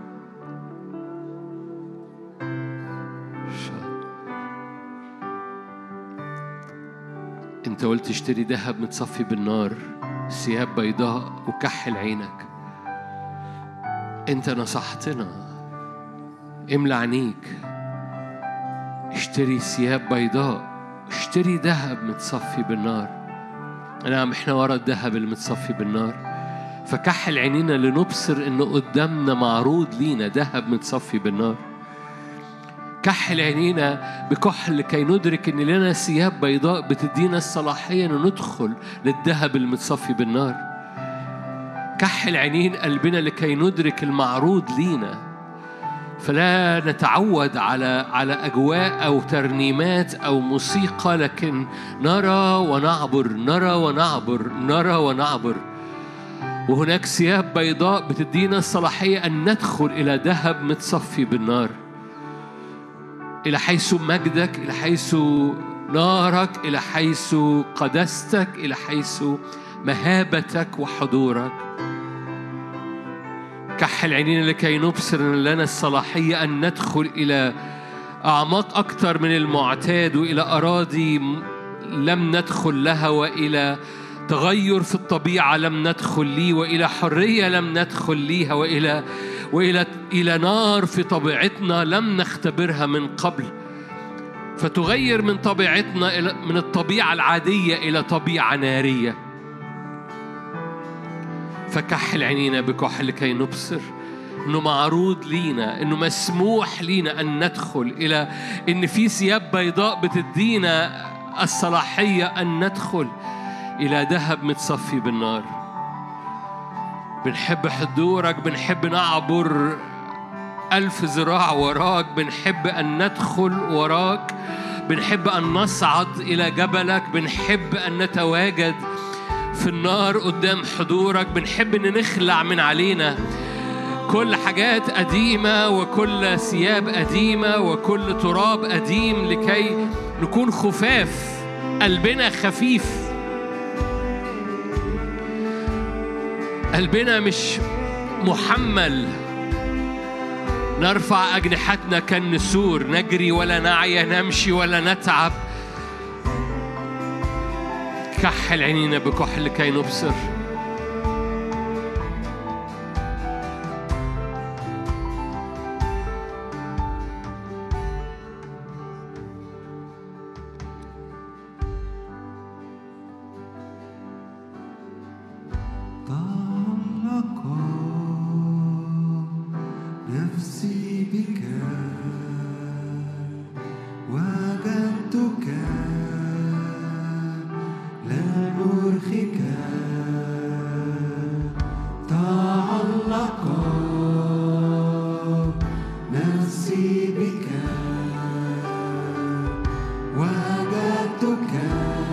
انت قلت اشتري ذهب متصفي بالنار، ثياب بيضاء وكحل عينك. انت نصحتنا املى عينيك، اشتري ثياب بيضاء، اشتري ذهب متصفي بالنار. نعم احنا ورا الذهب المتصفي بالنار، فكحل عينينا لنبصر انه قدامنا معروض لينا ذهب متصفي بالنار. كحل عينينا بكحل لكي ندرك ان لنا ثياب بيضاء بتدينا الصلاحية ان ندخل للذهب المتصفي بالنار. كحل عينين قلبنا لكي ندرك المعروض لينا، فلا نتعود على على أجواء أو ترنيمات أو موسيقى، لكن نرى ونعبر، نرى ونعبر، نرى ونعبر. وهناك ثياب بيضاء بتدينا الصلاحية أن ندخل إلى ذهب متصفي بالنار، إلى حيث مجدك، إلى حيث نارك، إلى حيث قدستك، إلى حيث مهابتك وحضورك. كحل عينينا لكي نبصر أن لنا الصلاحية أن ندخل إلى أعماق أكثر من المعتاد، وإلى أراضي لم ندخل لها، وإلى تغير في الطبيعة لم ندخل ليه، وإلى حرية لم ندخل ليها، وإلى وإلى إلى نار في طبيعتنا لم نختبرها من قبل، فتغير من طبيعتنا إلى من الطبيعة العادية إلى طبيعة نارية. فكحل عينينا بكحل لكي نبصر إنه معروض لينا، إنه مسموح لينا أن ندخل إلى إن في ثياب بيضاء بتدينا الصلاحية أن ندخل إلى ذهب متصفي بالنار. بنحب حضورك، بنحب نعبر ألف ذراع وراك، بنحب أن ندخل وراك، بنحب أن نصعد إلى جبلك، بنحب أن نتواجد في النار قدام حضورك، بنحب أن نخلع من علينا كل حاجات قديمة وكل ثياب قديمة وكل تراب قديم لكي نكون خفاف، قلبنا خفيف، قلبنا مش محمل. نرفع أجنحتنا كالنسور، نجري ولا نعي، نمشي ولا نتعب. كحل عينينا بكحل لكي نبصر. نفسي بك وجدتك لا أرخيك، تعلق نفسي بك وجدتك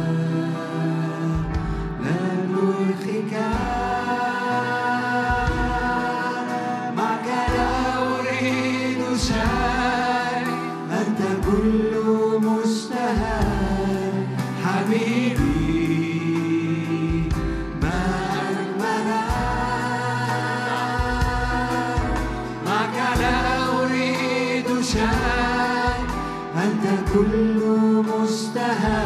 لا أرخيك، أنت كل مشتهى حبيبي، ما أجمل معك لا أريد شيء، أنت كل مشتهى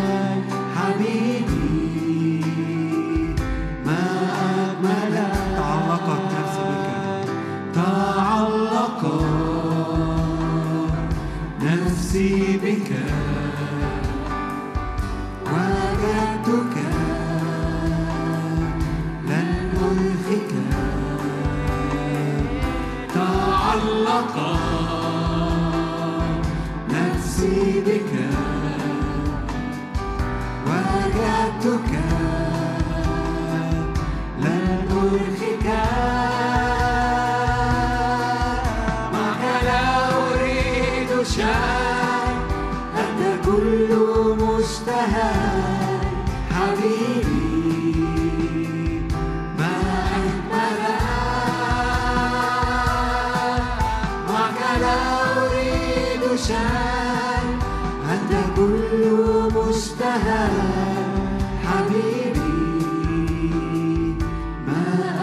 حبيبي، ما أجمل. تعلقت نفسي بك، تعلقت نفسي بك وجدتك لن أرخيك، تعلق نفسي بك وجدتك شان أنت كل مشتهى حبيبي ما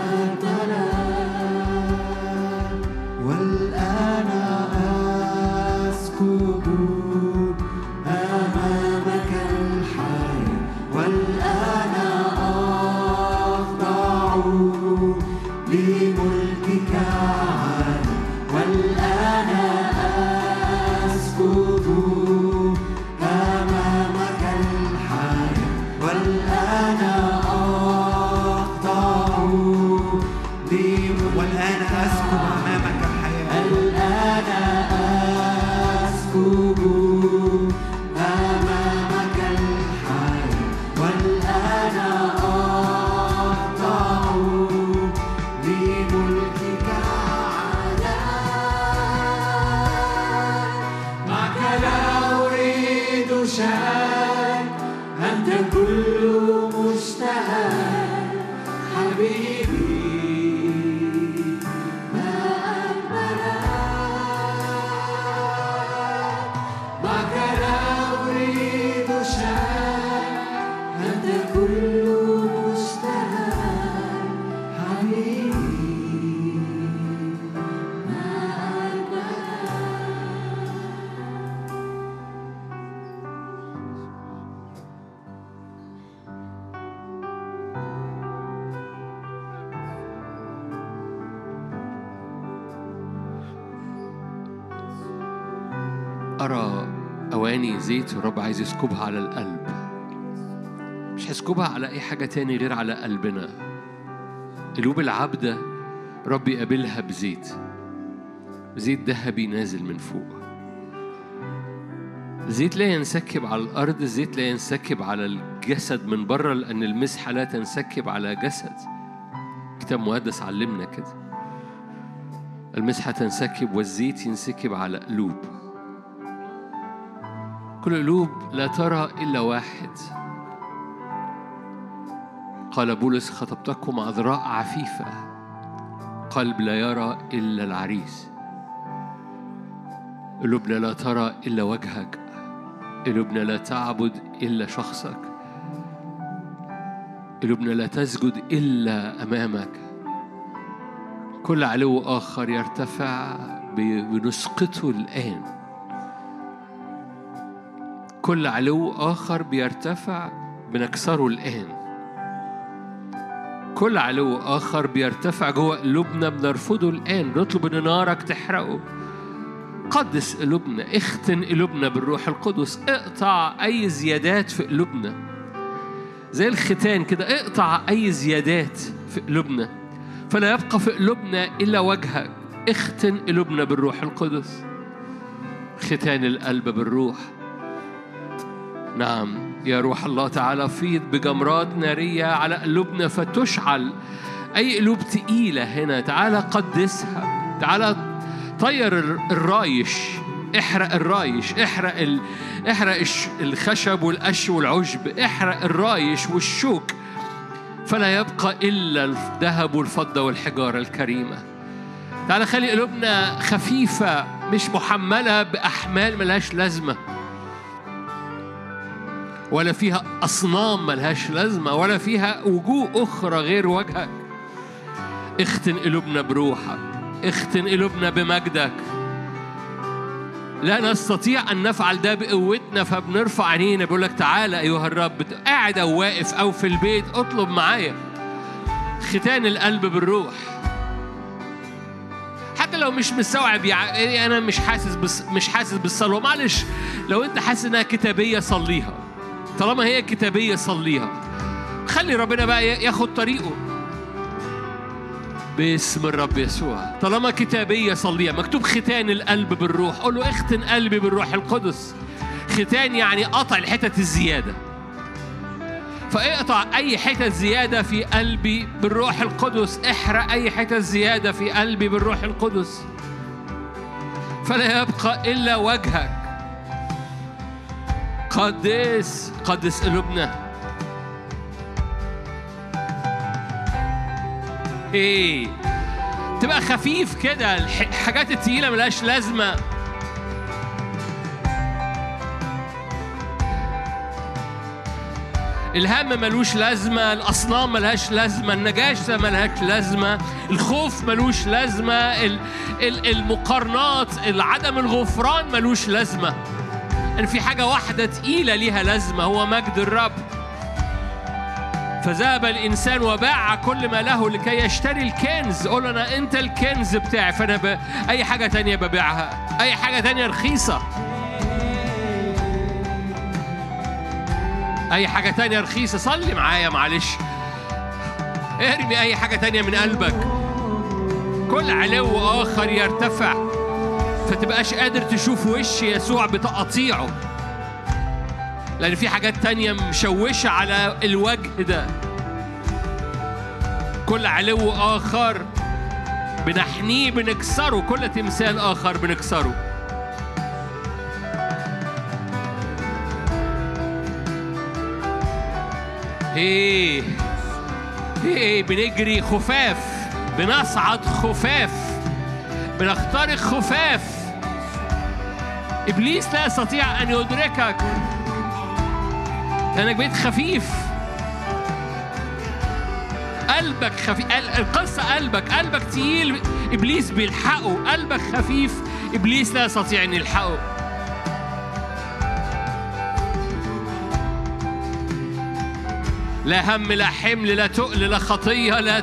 أجملك والآن أسكب أمامك الحياة والآن أخضع لملكك عالي والآن أسكب أمامك الحياة والآن أخضع والآن أسكب أمامك الحياة الآن أسكب أمامك الحياة والآن أخضع لملكك عالي معك لا أريد شيء أنت كل مشتهى حبيبي ما أجملك معك لا أريد شيء أنت كل مشتهى حبيبي ما أرى أواني زيت الرب عايز يسكبها على القلب، مش هيسكبها على أي حاجة تاني غير على قلبنا. قلوب العبدة رب يقابلها بزيت، زيت ذهبي نازل من فوق، زيت لا ينسكب على الأرض، زيت لا ينسكب على الجسد من بره، لأن المسحة لا تنسكب على جسد. كتاب مقدس علمنا كده، المسحة تنسكب والزيت ينسكب على قلوب. كل قلوب لا ترى إلا واحد. قال بولس خطبتكم عذراء عفيفة، قلب لا يرى إلا العريس. قلوبنا لا ترى إلا وجهك، قلوبنا لا تعبد إلا شخصك، قلوبنا لا تسجد إلا أمامك. كل علو آخر يرتفع بنسقطه الآن، كل علو آخر بيرتفع بنكسره الآن، كل علو آخر بيرتفع جوه قلوبنا بنرفضه الآن، نطلب إن نارك تحرقه. قدس قلوبنا، اختن قلوبنا بالروح القدس، اقطع أي زيادات في قلوبنا زي الختان كده، اقطع أي زيادات في قلوبنا فلا يبقى في قلوبنا إلا وجهك. اختن قلوبنا بالروح القدس، ختان القلب بالروح. نعم يا روح الله تعالى فيض بجمرات نارية على قلوبنا فتشعل أي قلوب تقيلة هنا. تعالى قدسها، تعالى طير الرايش، احرق الرايش، احرق ال... احرق الخشب والقش والعشب، احرق الرايش والشوك فلا يبقى إلا الذهب والفضة والحجارة الكريمة. تعالى خلي قلوبنا خفيفة، مش محملة بأحمال ملهاش لازمة، ولا فيها أصنام ملهاش لازمة، ولا فيها وجوه أخرى غير وجهك. اختن قلوبنا بروحك، اختن قلوبنا بمجدك. لا نستطيع أن نفعل ده بقوتنا فبنرفع عينينا. بيقول لك تعالى أيها الرب، قاعد أو واقف أو في البيت اطلب معايا ختان القلب بالروح. حتى لو مش مستوعب يعني أنا مش حاسس بس مش حاسس بالصلوة، معلش لو أنت حاسس إنها كتابية صليها، طالما هي كتابية صليها. خلي ربنا بقى ياخد طريقه باسم الرب يسوع. طالما كتابية صليها، مكتوب ختان القلب بالروح، قول له اختن قلبي بالروح القدس. ختان يعني قطع الحتت الزيادة، فاقطع أي حتت زيادة في قلبي بالروح القدس، احرق أي حتت زيادة في قلبي بالروح القدس فلا يبقى إلا وجهك. قدس قدس قلوبنا. ايه تبقى خفيف كده، الحاجات التقيلة ملهاش لازمة. الهم ملوش لازمة، الأصنام ملهاش لازمة، النجاسة ملهاش لازمة، الخوف ملوش لازمة، المقارنات، العدم الغفران ملوش لازمة. إن في حاجة واحدة تقيلة ليها لازمة، هو مجد الرب. فذهب الإنسان وباع كل ما له لكي يشتري الكنز. قول أنا أنت الكنز بتاعي، فأنا ب... أي حاجة تانية ببيعها، أي حاجة تانية رخيصة، أي حاجة تانية رخيصة. صلي معايا معلش، ارمي أي حاجة تانية من قلبك. كل علو آخر يرتفع، فتبقاش قادر تشوف وش يسوع بتقطيعه، لأن في حاجات تانية مشوشة على الوجه ده. كل علو آخر بنحنيه بنكسره، كل تمثال آخر بنكسره. ايه ايه بنجري خفاف، بنصعد خفاف، بنخترق خفاف. إبليس لا يستطيع أن يدركك لأنك بقيت خفيف. قلبك خفيف، القصة قلبك قلبك تقيل، إبليس بيلحقه. قلبك خفيف، إبليس لا يستطيع أن يلحقه. لا هم، لا حمل، لا تقل، لا خطية، لا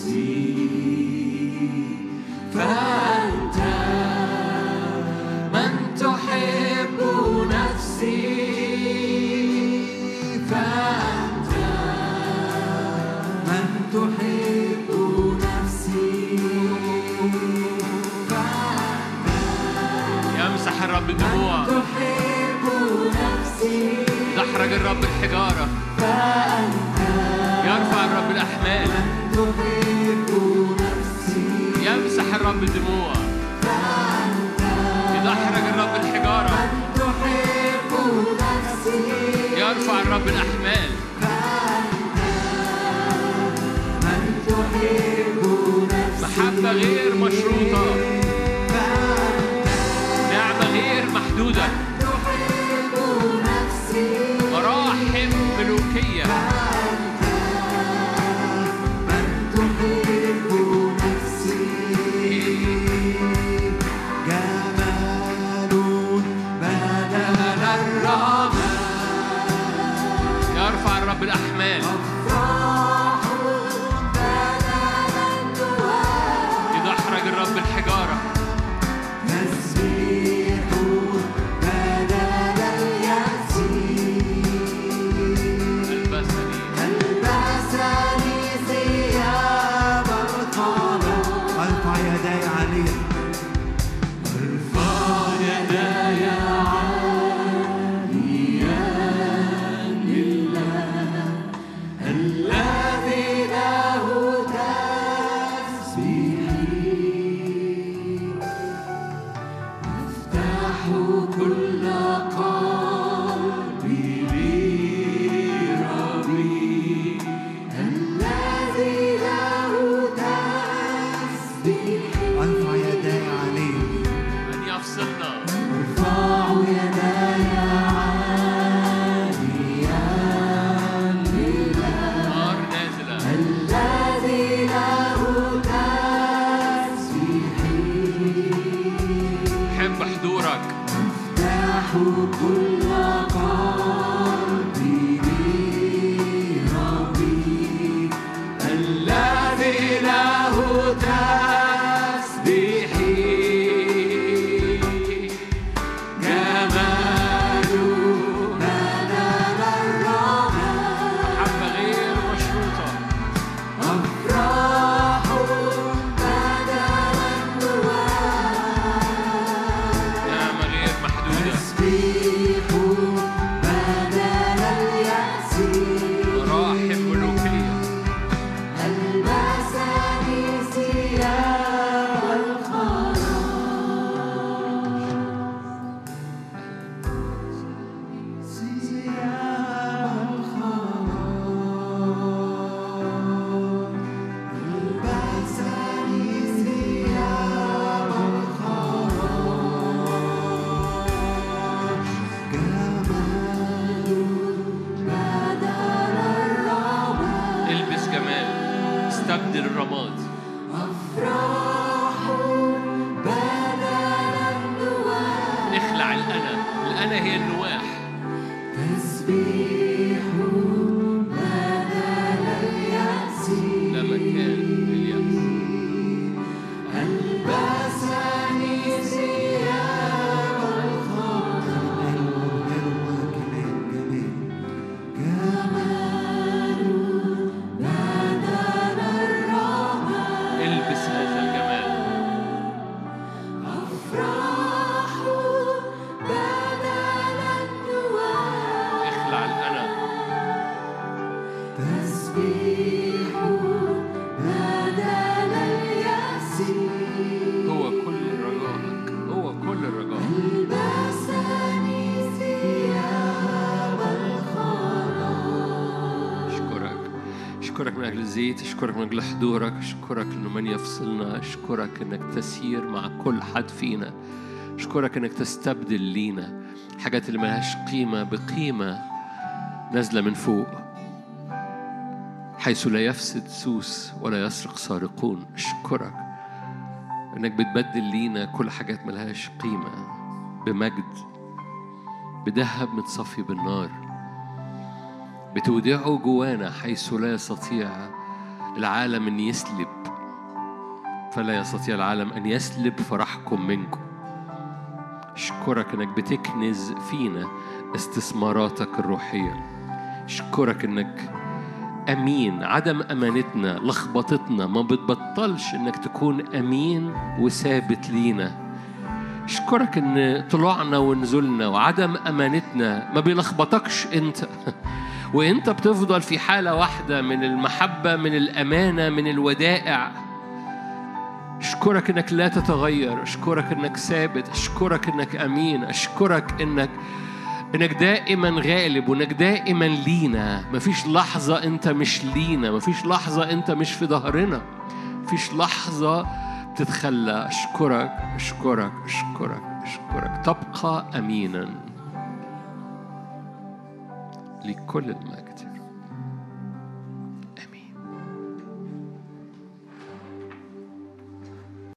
من يدحرج الرب الحجارة، يرفع الرب الأحمال، يمسح الرب الدموع، يدحرج الرب الحجارة، يرفع الرب الأحمال. محبة غير مشروطة، نعمة غير محدودة، مراحم ملوكية. يرفع الرب الأحمال، يدحرج الرب الحجارة، أشكرك من أجل حضورك، أشكرك إنه من يفصلنا، أشكرك إنك تسير مع كل حد فينا، أشكرك إنك تستبدل لينا الحاجات اللي ملهاش قيمة بقيمة نازلة من فوق، حيث لا يفسد سوس ولا يسرق سارقون. أشكرك إنك بتبدل لينا كل حاجات ملهاش قيمة بمجد، بذهب متصفي بالنار، بتودعه جوانا حيث لا يستطيع العالم أن يسلب، فلا يستطيع العالم أن يسلب فرحكم منكم. أشكرك أنك بتكنز فينا استثماراتك الروحية. أشكرك أنك أمين، عدم أمانتنا لخبطتنا ما بتبطلش أنك تكون أمين وثابت لينا. أشكرك إن طلوعنا ونزلنا وعدم أمانتنا ما بيلخبطكش أنت وأنت بتفضل في حالة واحدة من المحبة، من الأمانة، من الودائع. أشكرك إنك لا تتغير، أشكرك إنك ثابت، أشكرك إنك أمين، أشكرك إنك إنك دائما غالب وإنك دائما لينا. مفيش لحظة أنت مش لينا، مفيش لحظة أنت مش في ظهرنا، مفيش لحظة تتخلى. أشكرك أشكرك أشكرك أشكرك. تبقى أمينا لكل المجد.